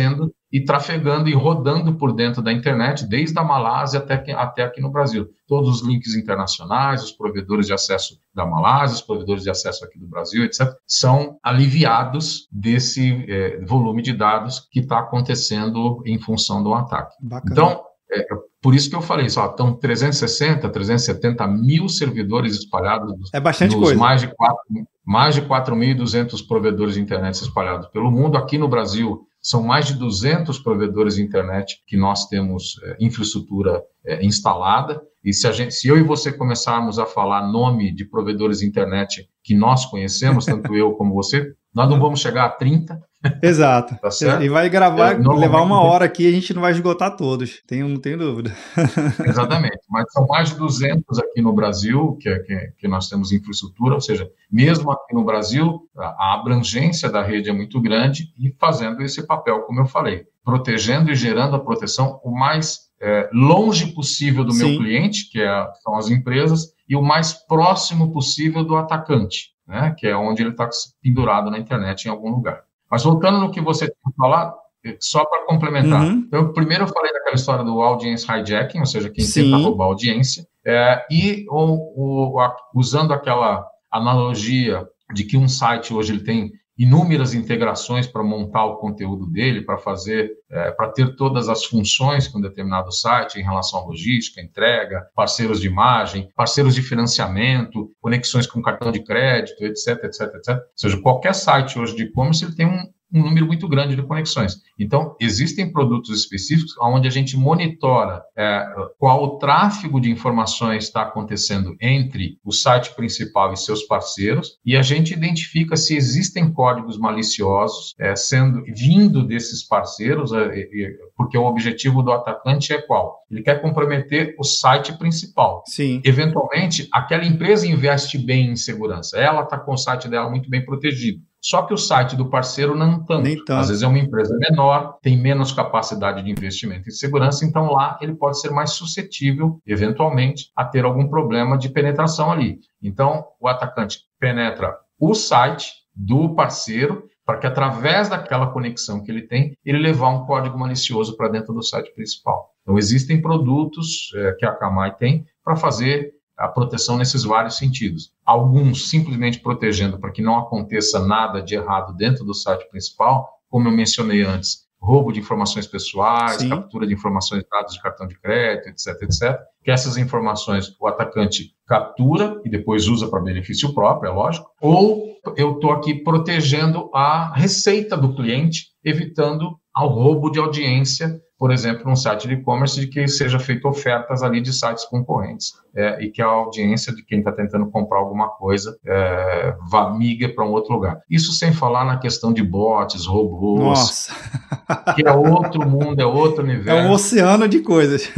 e trafegando e rodando por dentro da internet, desde a Malásia até aqui, até aqui no Brasil. Todos os links internacionais, os provedores de acesso da Malásia, os provedores de acesso aqui do Brasil, etcétera, são aliviados desse é, volume de dados que está acontecendo em função do ataque. Bacana. Então, é, por isso que eu falei, só estão trezentos e sessenta, trezentos e setenta mil servidores espalhados é bastante nos coisa. mais de quatro, mais de quatro mil e duzentos provedores de internet espalhados pelo mundo. Aqui no Brasil, são mais de duzentos provedores de internet que nós temos é, infraestrutura é, instalada. E se, a gente, se eu e você começarmos a falar nome de provedores de internet que nós conhecemos, tanto eu como você, nós não vamos chegar a trinta. Exato. Tá certo? E vai gravar, é, levar uma hora aqui e a gente não vai esgotar todos. Tenho, não tenho dúvida. Exatamente. Mas são mais de duzentos aqui no Brasil que, que, que nós temos infraestrutura, ou seja, mesmo aqui no Brasil, a, a abrangência da rede é muito grande e fazendo esse papel, como eu falei, protegendo e gerando a proteção o mais é, longe possível do Sim. meu cliente, que é, são as empresas, e o mais próximo possível do atacante, né, que é onde ele está pendurado na internet em algum lugar. Mas voltando no que você tinha falado, só para complementar. Uhum. Então, primeiro eu falei daquela história do audience hijacking, ou seja, quem Sim. tenta roubar a audiência, é, e o, o, a, usando aquela analogia de que um site hoje ele tem inúmeras integrações para montar o conteúdo dele, para fazer, é, para ter todas as funções que um determinado site em relação à logística, entrega, parceiros de imagem, parceiros de financiamento, conexões com cartão de crédito, etc, etc, etcétera. Ou seja, qualquer site hoje de e-commerce ele tem um um número muito grande de conexões. Então, existem produtos específicos onde a gente monitora é, qual o tráfego de informações está acontecendo entre o site principal e seus parceiros, e a gente identifica se existem códigos maliciosos é, sendo vindo desses parceiros, é, é, porque o objetivo do atacante é qual? Ele quer comprometer o site principal. Sim. Eventualmente, aquela empresa investe bem em segurança. Ela está com o site dela muito bem protegido. Só que o site do parceiro não tanto. Nem tanto. Às vezes é uma empresa menor, tem menos capacidade de investimento em segurança, então lá ele pode ser mais suscetível, eventualmente, a ter algum problema de penetração ali. Então, o atacante penetra o site do parceiro para que, através daquela conexão que ele tem, ele levar um código malicioso para dentro do site principal. Então, existem produtos é, que a Akamai tem para fazer a proteção nesses vários sentidos. Alguns simplesmente protegendo para que não aconteça nada de errado dentro do site principal, como eu mencionei antes, roubo de informações pessoais, Sim. captura de informações de dados de cartão de crédito, etc, etcétera. Que essas informações o atacante captura e depois usa para benefício próprio, é lógico. Ou eu estou aqui protegendo a receita do cliente, evitando ao roubo de audiência, por exemplo, num site de e-commerce, de que seja feito ofertas ali de sites concorrentes é, e que a audiência de quem está tentando comprar alguma coisa é, vá migue para um outro lugar. Isso sem falar na questão de bots, robôs, Nossa. que é outro mundo, é outro universo. É um oceano de coisas.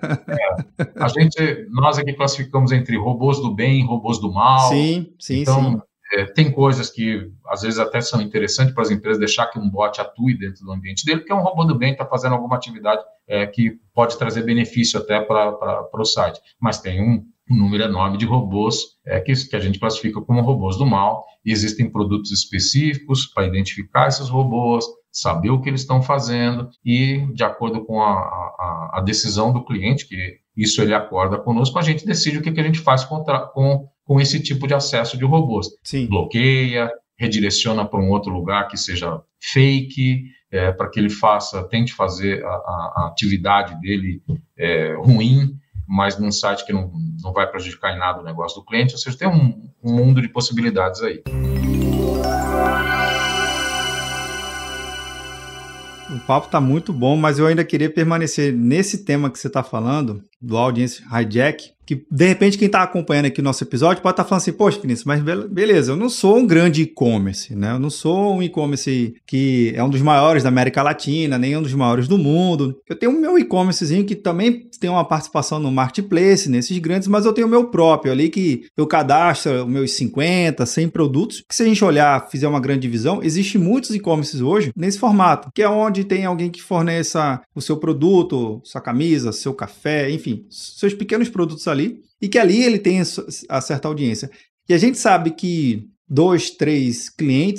É. A gente, nós aqui classificamos entre robôs do bem e robôs do mal. Sim, sim, então, sim. É, tem coisas que, às vezes, até são interessantes para as empresas deixar que um bot atue dentro do ambiente dele, porque é um robô do bem, está fazendo alguma atividade é, que pode trazer benefício até para o site. Mas tem um, um número enorme de robôs é, que, que a gente classifica como robôs do mal, e existem produtos específicos para identificar esses robôs, saber o que eles estão fazendo e, de acordo com a, a, a decisão do cliente, que isso ele acorda conosco, a gente decide o que, que a gente faz contra, com com esse tipo de acesso de robôs. Sim. Bloqueia, redireciona para um outro lugar que seja fake, é, para que ele faça, tente fazer a, a, a atividade dele é, ruim, mas num site que não, não vai prejudicar em nada o negócio do cliente. Ou seja, tem um, um mundo de possibilidades aí. O papo está muito bom, mas eu ainda queria permanecer nesse tema que você está falando, do audience hijack, que de repente quem está acompanhando aqui o nosso episódio pode estar tá falando assim, poxa, Vinícius, mas beleza, eu não sou um grande e-commerce, né? Eu não sou um e-commerce que é um dos maiores da América Latina, nem um dos maiores do mundo. Eu tenho o meu e-commercezinho que também tem uma participação no marketplace, nesses grandes, mas eu tenho o meu próprio ali que eu cadastro os meus cinquenta, cem produtos, que se a gente olhar, fizer uma grande divisão, existe muitos e-commerces hoje nesse formato, que é onde tem alguém que forneça o seu produto, sua camisa, seu café, enfim, seus pequenos produtos ali, e que ali ele tem a certa audiência. E a gente sabe que dois, três clientes que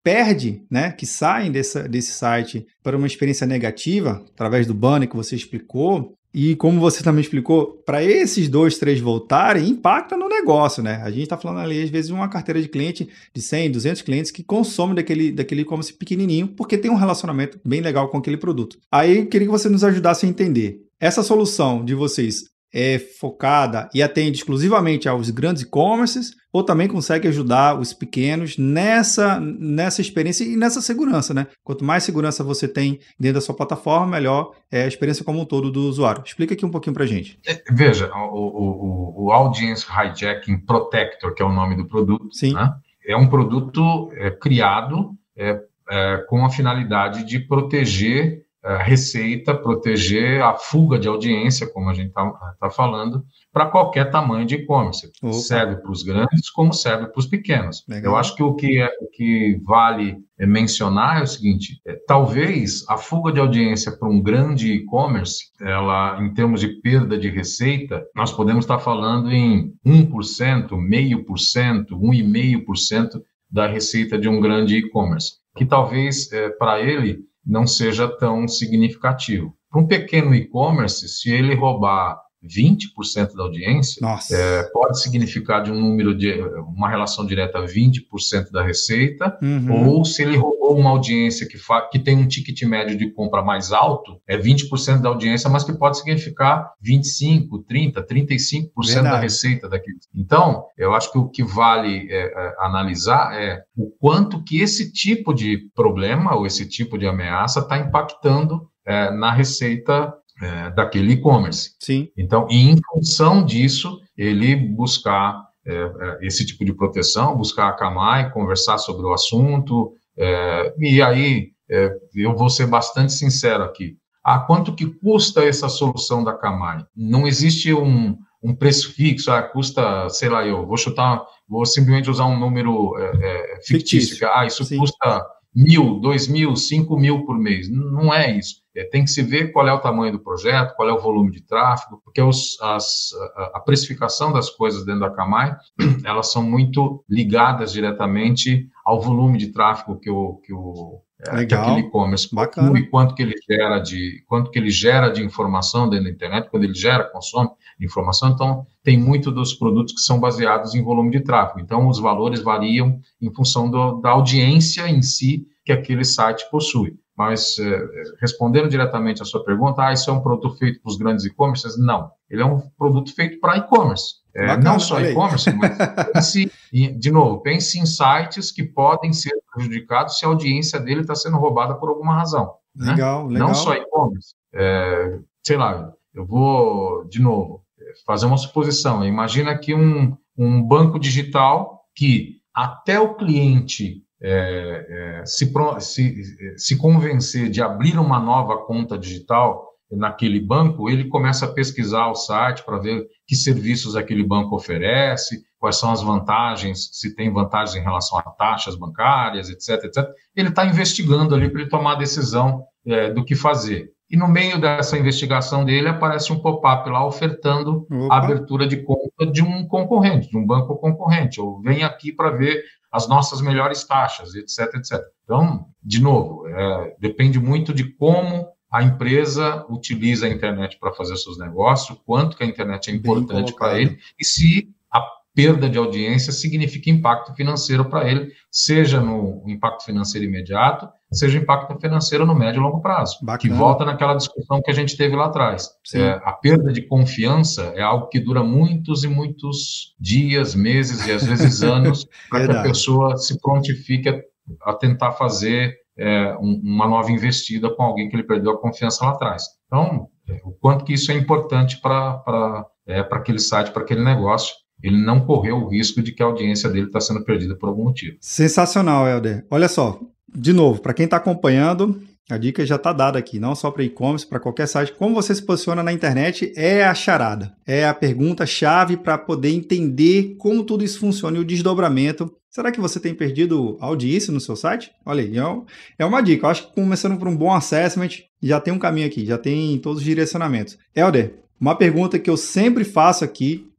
perde, né, que saem desse, desse site para uma experiência negativa, através do banner que você explicou, e como você também explicou, para esses dois, três voltarem, impacta no negócio, né? A gente está falando ali, às vezes, de uma carteira de cliente de cem, duzentos clientes que consomem daquele, daquele e-commerce pequenininho, porque tem um relacionamento bem legal com aquele produto. Aí, eu queria que você nos ajudasse a entender. Essa solução de vocês é focada e atende exclusivamente aos grandes e-commerces ou também consegue ajudar os pequenos nessa, nessa experiência e nessa segurança, né? Quanto mais segurança você tem dentro da sua plataforma, melhor é a experiência como um todo do usuário. Explica aqui um pouquinho pra gente. Veja, o, o, o Audience Hijacking Protector, que é o nome do produto, Sim. Né? É um produto é, criado é, é, com a finalidade de proteger a receita, proteger a fuga de audiência, como a gente está tá falando, para qualquer tamanho de e-commerce. Serve para os grandes como serve para os pequenos. Legal. Eu acho que o que, é, o que vale mencionar é o seguinte, é, talvez a fuga de audiência para um grande e-commerce, ela, em termos de perda de receita, nós podemos estar falando em um por cento, meio por cento, um vírgula cinco por cento da receita de um grande e-commerce, que talvez é, para ele não seja tão significativo. Para um pequeno e-commerce, se ele roubar vinte por cento da audiência, é, pode significar de um número de uma relação direta vinte por cento da receita, uhum. Ou se ele roubou uma audiência que, fa- que tem um ticket médio de compra mais alto, é vinte por cento da audiência, mas que pode significar vinte e cinco, trinta, trinta e cinco por cento Verdade. Da receita daquele. Então, eu acho que o que vale é, é, analisar é o quanto que esse tipo de problema ou esse tipo de ameaça está impactando é, na receita É, daquele e-commerce. Sim. Então, e em função disso, ele buscar é, esse tipo de proteção, buscar a Akamai, conversar sobre o assunto, é, e aí é, eu vou ser bastante sincero aqui. Ah, quanto que custa essa solução da Akamai? Não existe um, um preço fixo, ah, custa, sei lá, eu vou chutar, vou simplesmente usar um número é, é, fictício, fictício. Ah, isso Sim. custa mil, dois mil, cinco mil por mês. Não é isso. É, tem que se ver qual é o tamanho do projeto, qual é o volume de tráfego, porque os, as, a, a precificação das coisas dentro da Akamai, elas são muito ligadas diretamente ao volume de tráfego que o, que o é, que aquele e-commerce possui, quanto que ele gera de quanto que ele gera de informação dentro da internet, quando ele gera, consome informação. Então, tem muito dos produtos que são baseados em volume de tráfego. Então, os valores variam em função do, da audiência em si que aquele site possui. Mas, é, respondendo diretamente à sua pergunta, ah, isso é um produto feito para os grandes e-commerces? Não. Ele é um produto feito para e-commerce. É, Bacana, não só e-commerce, mas pense, de novo, pense em sites que podem ser prejudicados se a audiência dele está sendo roubada por alguma razão. Legal, né? legal. Não só e-commerce. É, sei lá, eu vou, de novo, fazer uma suposição. Imagina que um, um banco digital que até o cliente é, é, se, se, se convencer de abrir uma nova conta digital naquele banco, ele começa a pesquisar o site para ver que serviços aquele banco oferece, quais são as vantagens, se tem vantagens em relação a taxas bancárias, etc, etcétera. Ele está investigando ali para ele tomar a decisão é, do que fazer. E no meio dessa investigação dele aparece um pop-up lá ofertando Opa. a abertura de conta de um concorrente, de um banco concorrente, ou vem aqui para ver as nossas melhores taxas, etc, etcétera. Então, de novo, é, depende muito de como a empresa utiliza a internet para fazer seus negócios, quanto que a internet é importante para ele, e se a perda de audiência significa impacto financeiro para ele, seja no impacto financeiro imediato, seja impacto financeiro no médio e longo prazo. Bacana. Que volta naquela discussão que a gente teve lá atrás. É, a perda de confiança é algo que dura muitos e muitos dias, meses e às vezes anos para que a pessoa se prontifique a, a tentar fazer É, um, uma nova investida com alguém que ele perdeu a confiança lá atrás. Então, é, o quanto que isso é importante para é, para aquele site, para aquele negócio, ele não correu o risco de que a audiência dele está sendo perdida por algum motivo. Sensacional, Helder. Olha só, de novo, para quem está acompanhando, a dica já está dada aqui, não só para e-commerce, para qualquer site. Como você se posiciona na internet é a charada, é a pergunta-chave para poder entender como tudo isso funciona e o desdobramento. Será que você tem perdido audiência no seu site? Olha aí, é uma dica. Eu acho que começando por um bom assessment, já tem um caminho aqui, já tem todos os direcionamentos. Helder, uma pergunta que eu sempre faço aqui,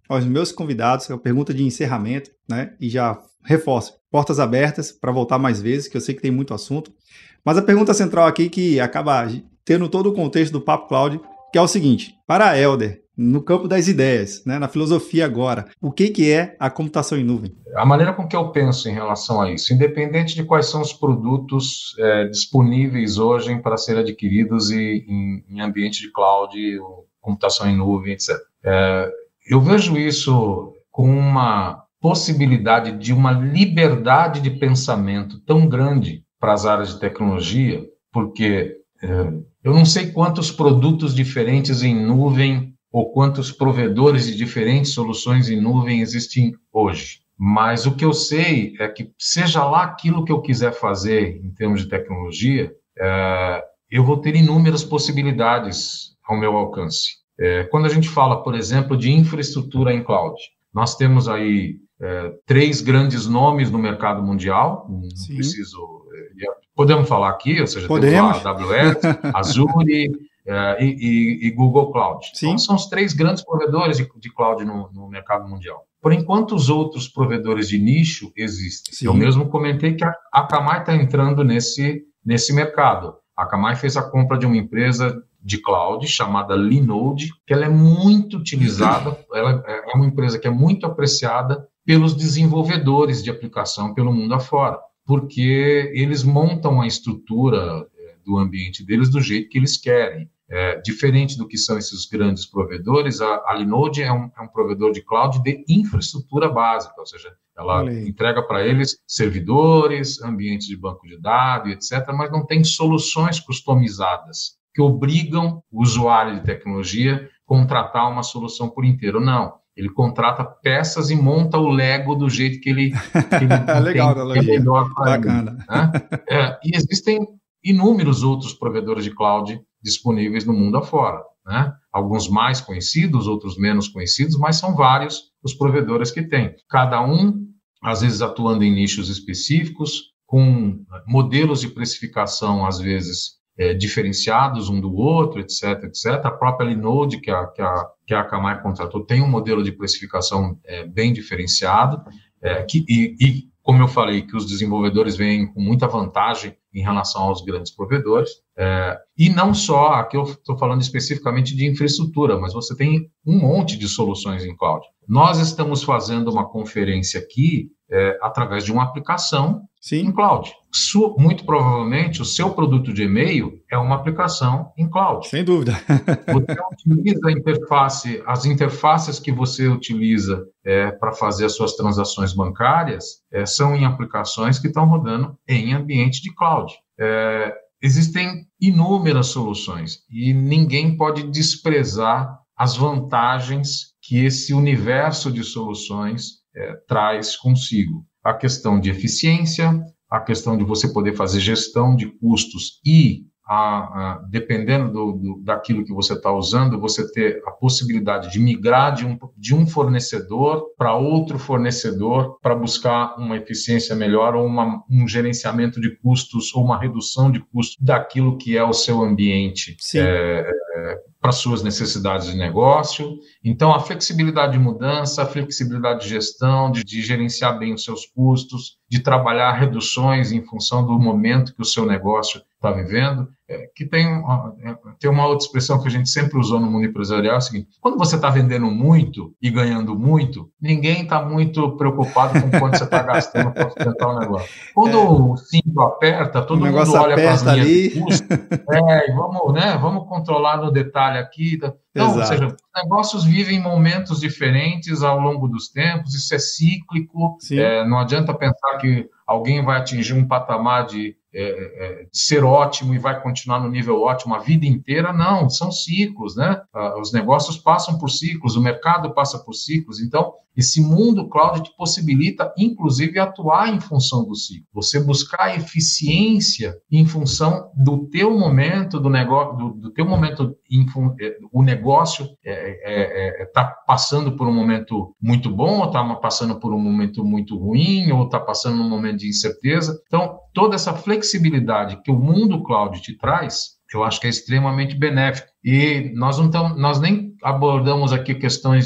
aos meus convidados, a pergunta de encerramento, né? E já reforço, portas abertas para voltar mais vezes, que eu sei que tem muito assunto. Mas a pergunta central aqui, que acaba tendo todo o contexto do Papo Cloud, que é o seguinte: para a Helder, no campo das ideias, né, na filosofia agora, o que, que é a computação em nuvem? A maneira com que eu penso em relação a isso, independente de quais são os produtos é, disponíveis hoje para serem adquiridos e, em, em ambiente de cloud, computação em nuvem, etcétera. É, eu vejo isso com uma possibilidade de uma liberdade de pensamento tão grande para as áreas de tecnologia, porque é, eu não sei quantos produtos diferentes em nuvem ou quantos provedores de diferentes soluções em nuvem existem hoje. Mas o que eu sei é que, seja lá aquilo que eu quiser fazer em termos de tecnologia, é, eu vou ter inúmeras possibilidades ao meu alcance. É, quando a gente fala, por exemplo, de infraestrutura em cloud, nós temos aí é, três grandes nomes no mercado mundial. Não Sim. preciso... É, podemos falar aqui, ou seja, podemos. temos lá A W S, Azure... Uh, e, e, e Google Cloud. Sim. Então, são os três grandes provedores de, de cloud no, no mercado mundial. Por enquanto, os outros provedores de nicho existem. Sim. Eu mesmo comentei que a Akamai está entrando nesse, nesse mercado. A Akamai fez a compra de uma empresa de cloud chamada Linode, que ela é muito utilizada, ela é uma empresa que é muito apreciada pelos desenvolvedores de aplicação pelo mundo afora, porque eles montam a estrutura do ambiente deles do jeito que eles querem. É, diferente do que são esses grandes provedores, a, a Linode é um, é um provedor de cloud de infraestrutura básica, ou seja, ela Olhei. entrega para eles servidores, ambientes de banco de dados, etcétera, mas não tem soluções customizadas que obrigam o usuário de tecnologia a contratar uma solução por inteiro. Não, ele contrata peças e monta o Lego do jeito que ele, que ele Legal, tem, que é melhor para ele. Bacana. Né? É, e existem inúmeros outros provedores de cloud disponíveis no mundo afora, né? Alguns mais conhecidos, outros menos conhecidos, mas são vários os provedores que tem. Cada um, às vezes, atuando em nichos específicos, com modelos de precificação, às vezes, é, diferenciados um do outro, etc, etcétera. A própria Linode, que a, que a, que a Akamai contratou, tem um modelo de precificação é, bem diferenciado, é, que, e, e, como eu falei, que os desenvolvedores vêm com muita vantagem em relação aos grandes provedores, é, e não só, aqui eu estou falando especificamente de infraestrutura, mas você tem um monte de soluções em cloud. Nós estamos fazendo uma conferência aqui é, através de uma aplicação Sim. em cloud. Su, muito provavelmente, o seu produto de e-mail é uma aplicação em cloud. Sem dúvida. Você utiliza a interface, as interfaces que você utiliza é, para fazer as suas transações bancárias é, são em aplicações que estão rodando em ambiente de cloud. É, existem inúmeras soluções e ninguém pode desprezar as vantagens que esse universo de soluções é, traz consigo. A questão de eficiência, a questão de você poder fazer gestão de custos e, a, a, dependendo do, do, daquilo que você está usando, você ter a possibilidade de migrar de um, de um fornecedor para outro fornecedor para buscar uma eficiência melhor ou uma, um gerenciamento de custos ou uma redução de custos daquilo que é o seu ambiente é, é, para suas necessidades de negócio. Então, a flexibilidade de mudança, a flexibilidade de gestão, de, de gerenciar bem os seus custos, de trabalhar reduções em função do momento que o seu negócio está vivendo, é, que tem, é, tem uma outra expressão que a gente sempre usou no mundo empresarial, é o seguinte: quando você está vendendo muito e ganhando muito, ninguém está muito preocupado com quanto você está gastando para sustentar o negócio. Quando é. o cinto aperta, todo mundo olha para as linhas ali. de custo, é, vamos, né, vamos controlar no detalhe aqui. Então, Exato. ou seja, os negócios vivem momentos diferentes ao longo dos tempos, isso é cíclico, é, não adianta pensar que alguém vai atingir um patamar de, é, é, de ser ótimo e vai continuar no nível ótimo a vida inteira. Não, são ciclos, né? Os negócios passam por ciclos, o mercado passa por ciclos. Então, esse mundo cloud te possibilita, inclusive, atuar em função do ciclo. Você buscar eficiência em função do teu momento, do negócio, do, do teu momento, em, o negócio está é, é, é, tá passando por um momento muito bom, ou está passando por um momento muito ruim, ou está passando um momento de incerteza. Então, toda essa flexibilidade que o mundo cloud te traz, eu acho que é extremamente benéfico. E nós, não tamo, nós nem abordamos aqui questões de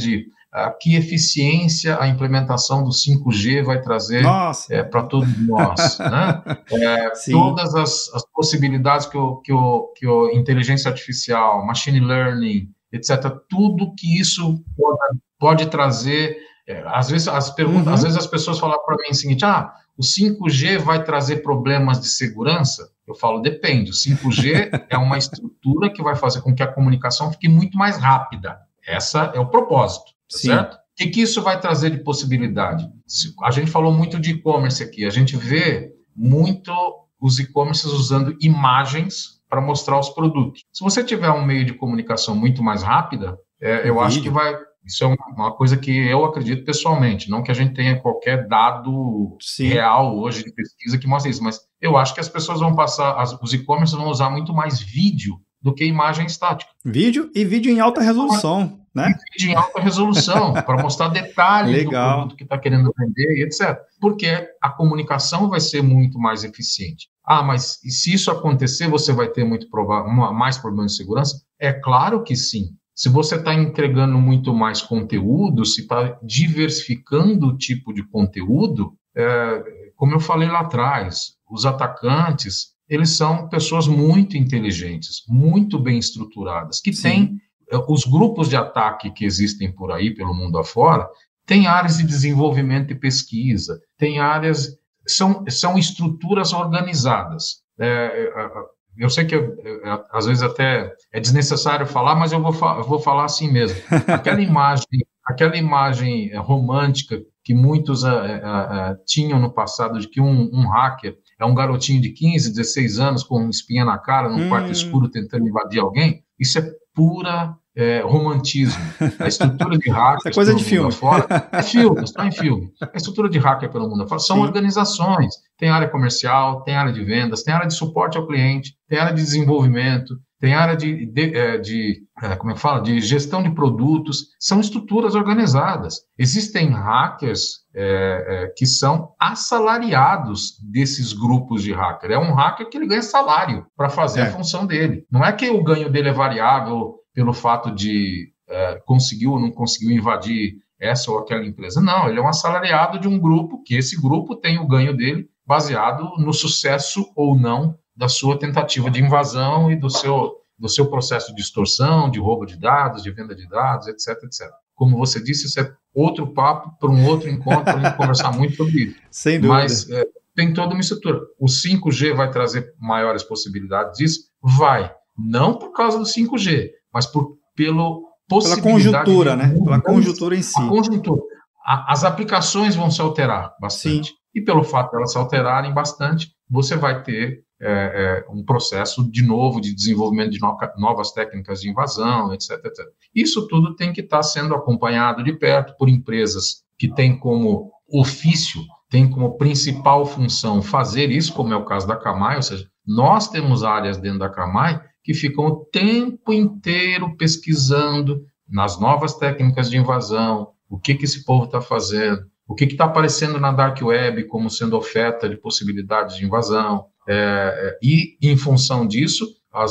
uh, que eficiência a implementação do cinco G vai trazer é, para todos nós. Né? É, todas as, as possibilidades que o, que, o, que o inteligência artificial, machine learning, etcétera, tudo que isso pode, pode trazer. É, às, vezes, as perguntas, uhum. às vezes as pessoas falam para mim o seguinte, ah, o cinco G vai trazer problemas de segurança? Eu falo, depende. O cinco G é uma estrutura que vai fazer com que a comunicação fique muito mais rápida. Essa é o propósito, tá certo? O que, que isso vai trazer de possibilidade? A gente falou muito de e-commerce aqui. A gente vê muito os e-commerces usando imagens para mostrar os produtos. Se você tiver um meio de comunicação muito mais rápida, é, eu acho que vai... Isso é uma coisa que eu acredito pessoalmente, não que a gente tenha qualquer dado Sim. real hoje de pesquisa que mostre isso, mas eu acho que as pessoas vão passar, as, os e-commerce vão usar muito mais vídeo do que imagem estática. Vídeo e vídeo em alta resolução, e né? Vídeo em alta resolução, para mostrar detalhes Legal. do produto que está querendo vender e etcétera. Porque a comunicação vai ser muito mais eficiente. Ah, mas e se isso acontecer, você vai ter muito prova- mais problemas de segurança? É claro que sim. Se você está entregando muito mais conteúdo, se está diversificando o tipo de conteúdo, é, como eu falei lá atrás, os atacantes, eles são pessoas muito inteligentes, muito bem estruturadas, que Sim. têm, os grupos de ataque que existem por aí, pelo mundo afora, têm áreas de desenvolvimento e pesquisa, têm áreas, são, são estruturas organizadas. É, Eu sei que eu, eu, às vezes até é desnecessário falar, mas eu vou, fa- eu vou falar assim mesmo. Aquela imagem, aquela imagem romântica que muitos uh, uh, uh, tinham no passado de que um, um hacker é um garotinho de quinze, dezesseis anos com uma espinha na cara, num hum. quarto escuro tentando invadir alguém, isso é pura é, romantismo. A estrutura de hackers é coisa de filme. Afora, é filme, está em filme. A estrutura de hacker pelo mundo afora são Sim. organizações. Tem área comercial, tem área de vendas, tem área de suporte ao cliente, tem área de desenvolvimento, tem área de, de, de, de como é que fala, de gestão de produtos. São estruturas organizadas. Existem hackers é, é, que são assalariados desses grupos de hacker. É um hacker que ele ganha salário para fazer é. a função dele. Não é que o ganho dele é variável pelo fato de é, conseguiu ou não conseguiu invadir essa ou aquela empresa. Não, ele é um assalariado de um grupo, que esse grupo tem o ganho dele baseado no sucesso ou não da sua tentativa de invasão e do seu, do seu processo de extorsão, de roubo de dados, de venda de dados, etc, etcétera. Como você disse, isso é outro papo para um outro encontro, para a gente conversar muito sobre isso. Sem dúvida. Mas é, tem toda uma estrutura. O cinco G vai trazer maiores possibilidades disso? Vai. Não por causa do cinco G, mas por, pelo possibilidade... Pela conjuntura, né? Pela conjuntura em si. A conjuntura. A, as aplicações vão se alterar bastante. Sim. E pelo fato de elas se alterarem bastante, você vai ter é, é, um processo de novo de desenvolvimento de no, novas técnicas de invasão, etc, etcétera. Isso tudo tem que estar sendo acompanhado de perto por empresas que têm como ofício, têm como principal função fazer isso, como é o caso da Camai, ou seja, nós temos áreas dentro da Camai que ficam o tempo inteiro pesquisando nas novas técnicas de invasão, o que, que esse povo está fazendo, o que está aparecendo na Dark Web como sendo oferta de possibilidades de invasão, é, e, em função disso,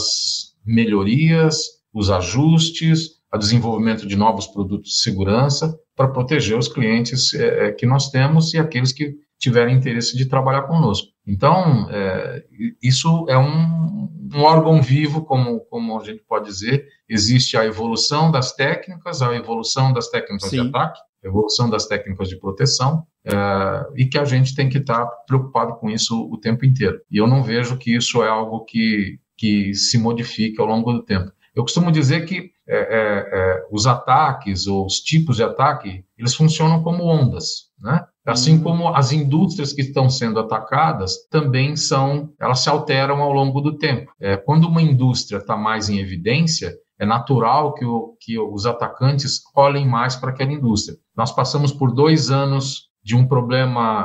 as melhorias, os ajustes, o desenvolvimento de novos produtos de segurança para proteger os clientes é, que nós temos e aqueles que tiverem interesse de trabalhar conosco. Então, é, isso é um, um órgão vivo, como, como a gente pode dizer. Existe a evolução das técnicas, a evolução das técnicas Sim. de ataque, a evolução das técnicas de proteção, é, e que a gente tem que estar preocupado com isso o tempo inteiro. E eu não vejo que isso é algo que, que se modifique ao longo do tempo. Eu costumo dizer que é, é, é, os ataques ou os tipos de ataque, eles funcionam como ondas, né? Assim uhum. como as indústrias que estão sendo atacadas também são, elas se alteram ao longo do tempo. É, quando uma indústria está mais em evidência, é natural que, o, que os atacantes olhem mais para aquela indústria. Nós passamos por dois anos de um problema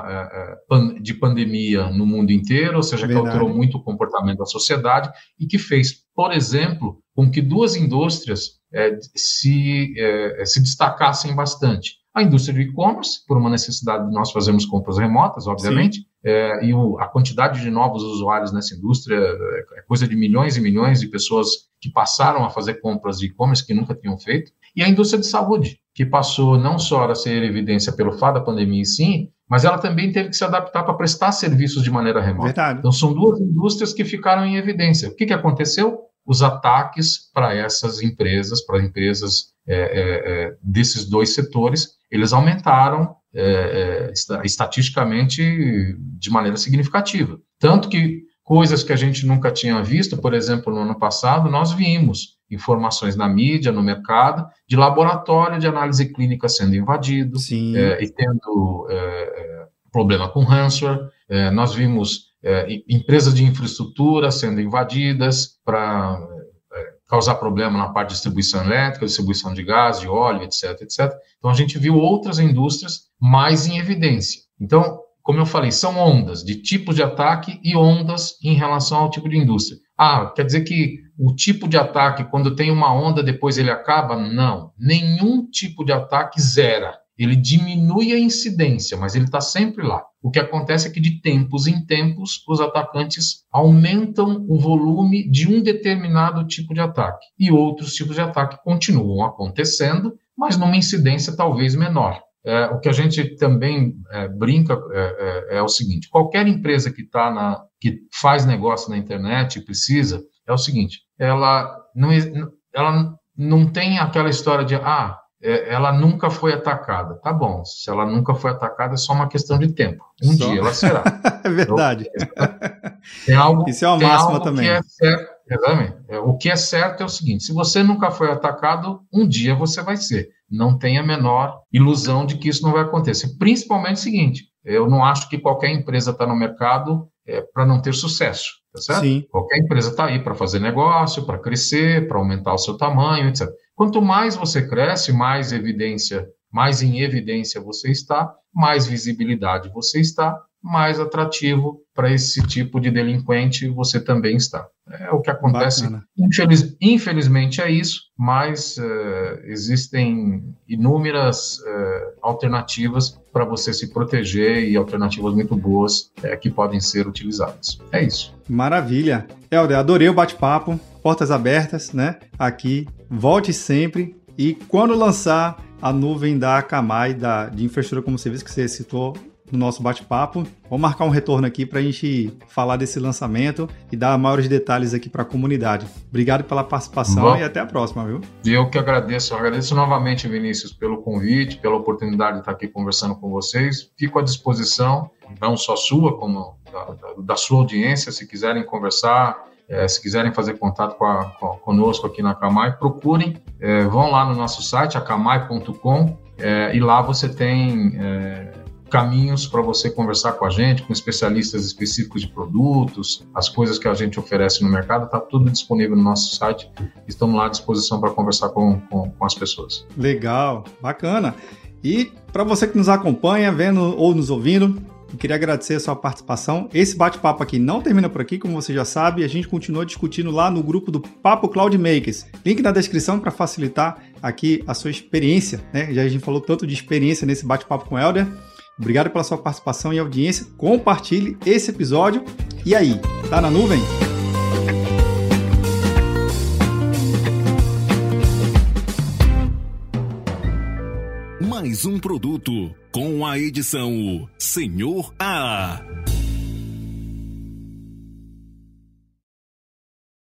é, de pandemia no mundo inteiro, ou seja, Verdade. que alterou muito o comportamento da sociedade e que fez, por exemplo, com que duas indústrias é, se, é, se destacassem bastante. A indústria do e-commerce, por uma necessidade de nós fazermos compras remotas, obviamente, é, e o, a quantidade de novos usuários nessa indústria é coisa de milhões e milhões de pessoas que passaram a fazer compras de e-commerce que nunca tinham feito. E a indústria de saúde, que passou não só a ser evidência pelo fato da pandemia em si, mas ela também teve que se adaptar para prestar serviços de maneira remota. Verdade. Então, são duas indústrias que ficaram em evidência. O que, que aconteceu? Os ataques para essas empresas, para empresas é, é, desses dois setores, eles aumentaram é, é, estatisticamente de maneira significativa. Tanto que coisas que a gente nunca tinha visto, por exemplo, no ano passado, nós vimos informações na mídia, no mercado, de laboratório de análise clínica sendo invadido é, e tendo é, problema com ransomware. É, nós vimos é, empresas de infraestrutura sendo invadidas para é, causar problema na parte de distribuição elétrica, distribuição de gás, de óleo, etc, etcétera. Então, a gente viu outras indústrias mais em evidência. Então, como eu falei, são ondas de tipos de ataque e ondas em relação ao tipo de indústria. Ah, quer dizer que o tipo de ataque, quando tem uma onda, depois ele acaba? Não. Nenhum tipo de ataque zera. Ele diminui a incidência, mas ele está sempre lá. O que acontece é que, de tempos em tempos, os atacantes aumentam o volume de um determinado tipo de ataque. E outros tipos de ataque continuam acontecendo, mas numa incidência talvez menor. É, o que a gente também é, brinca é, é, é o seguinte: qualquer empresa que, tá na, que faz negócio na internet e precisa, é o seguinte, ela não, ela não tem aquela história de, ah, é, ela nunca foi atacada. Tá bom, se ela nunca foi atacada é só uma questão de tempo. Um só. dia ela será. É verdade. Então, tem algo, isso é uma tem máxima algo também. Que é certo, exatamente. O que é certo é o seguinte: se você nunca foi atacado, um dia você vai ser. Não tem a menor ilusão de que isso não vai acontecer. Principalmente o seguinte: eu não acho que qualquer empresa está no mercado é, para não ter sucesso, tá certo? Sim. Qualquer empresa está aí para fazer negócio, para crescer, para aumentar o seu tamanho, etcétera. Quanto mais você cresce, mais evidência, mais em evidência você está, mais visibilidade você está, mais atrativo para esse tipo de delinquente você também está. É o que acontece. Infeliz, infelizmente é isso, mas uh, existem inúmeras uh, alternativas para você se proteger e alternativas muito boas uh, que podem ser utilizadas. É isso. Maravilha. Helder, adorei o bate-papo, portas abertas, né? Aqui, volte sempre e quando lançar a nuvem da Akamai, da, de infraestrutura como serviço que você citou no nosso bate-papo, vamos marcar um retorno aqui para a gente falar desse lançamento e dar maiores detalhes aqui para a comunidade. Obrigado pela participação. Bom, e até a próxima, viu? Eu que agradeço. Eu agradeço novamente, Vinícius, pelo convite, pela oportunidade de estar aqui conversando com vocês. Fico à disposição, não só sua, como da, da, da sua audiência, se quiserem conversar, É, se quiserem fazer contato com a, com, conosco aqui na Akamai, procurem, é, vão lá no nosso site, akamai ponto com, é, e lá você tem é, caminhos para você conversar com a gente, com especialistas específicos de produtos, as coisas que a gente oferece no mercado, está tudo disponível no nosso site, estamos lá à disposição para conversar com, com, com as pessoas. Legal, bacana. E para você que nos acompanha, vendo ou nos ouvindo, eu queria agradecer a sua participação. Esse bate-papo aqui não termina por aqui, como você já sabe, a gente continua discutindo lá no grupo do Papo Cloud Makers. Link na descrição para facilitar aqui a sua experiência, né? Já a gente falou tanto de experiência nesse bate-papo com o Helder. Obrigado pela sua participação e audiência. Compartilhe esse episódio. E aí, tá na nuvem? Mais um produto com a edição Senhor A.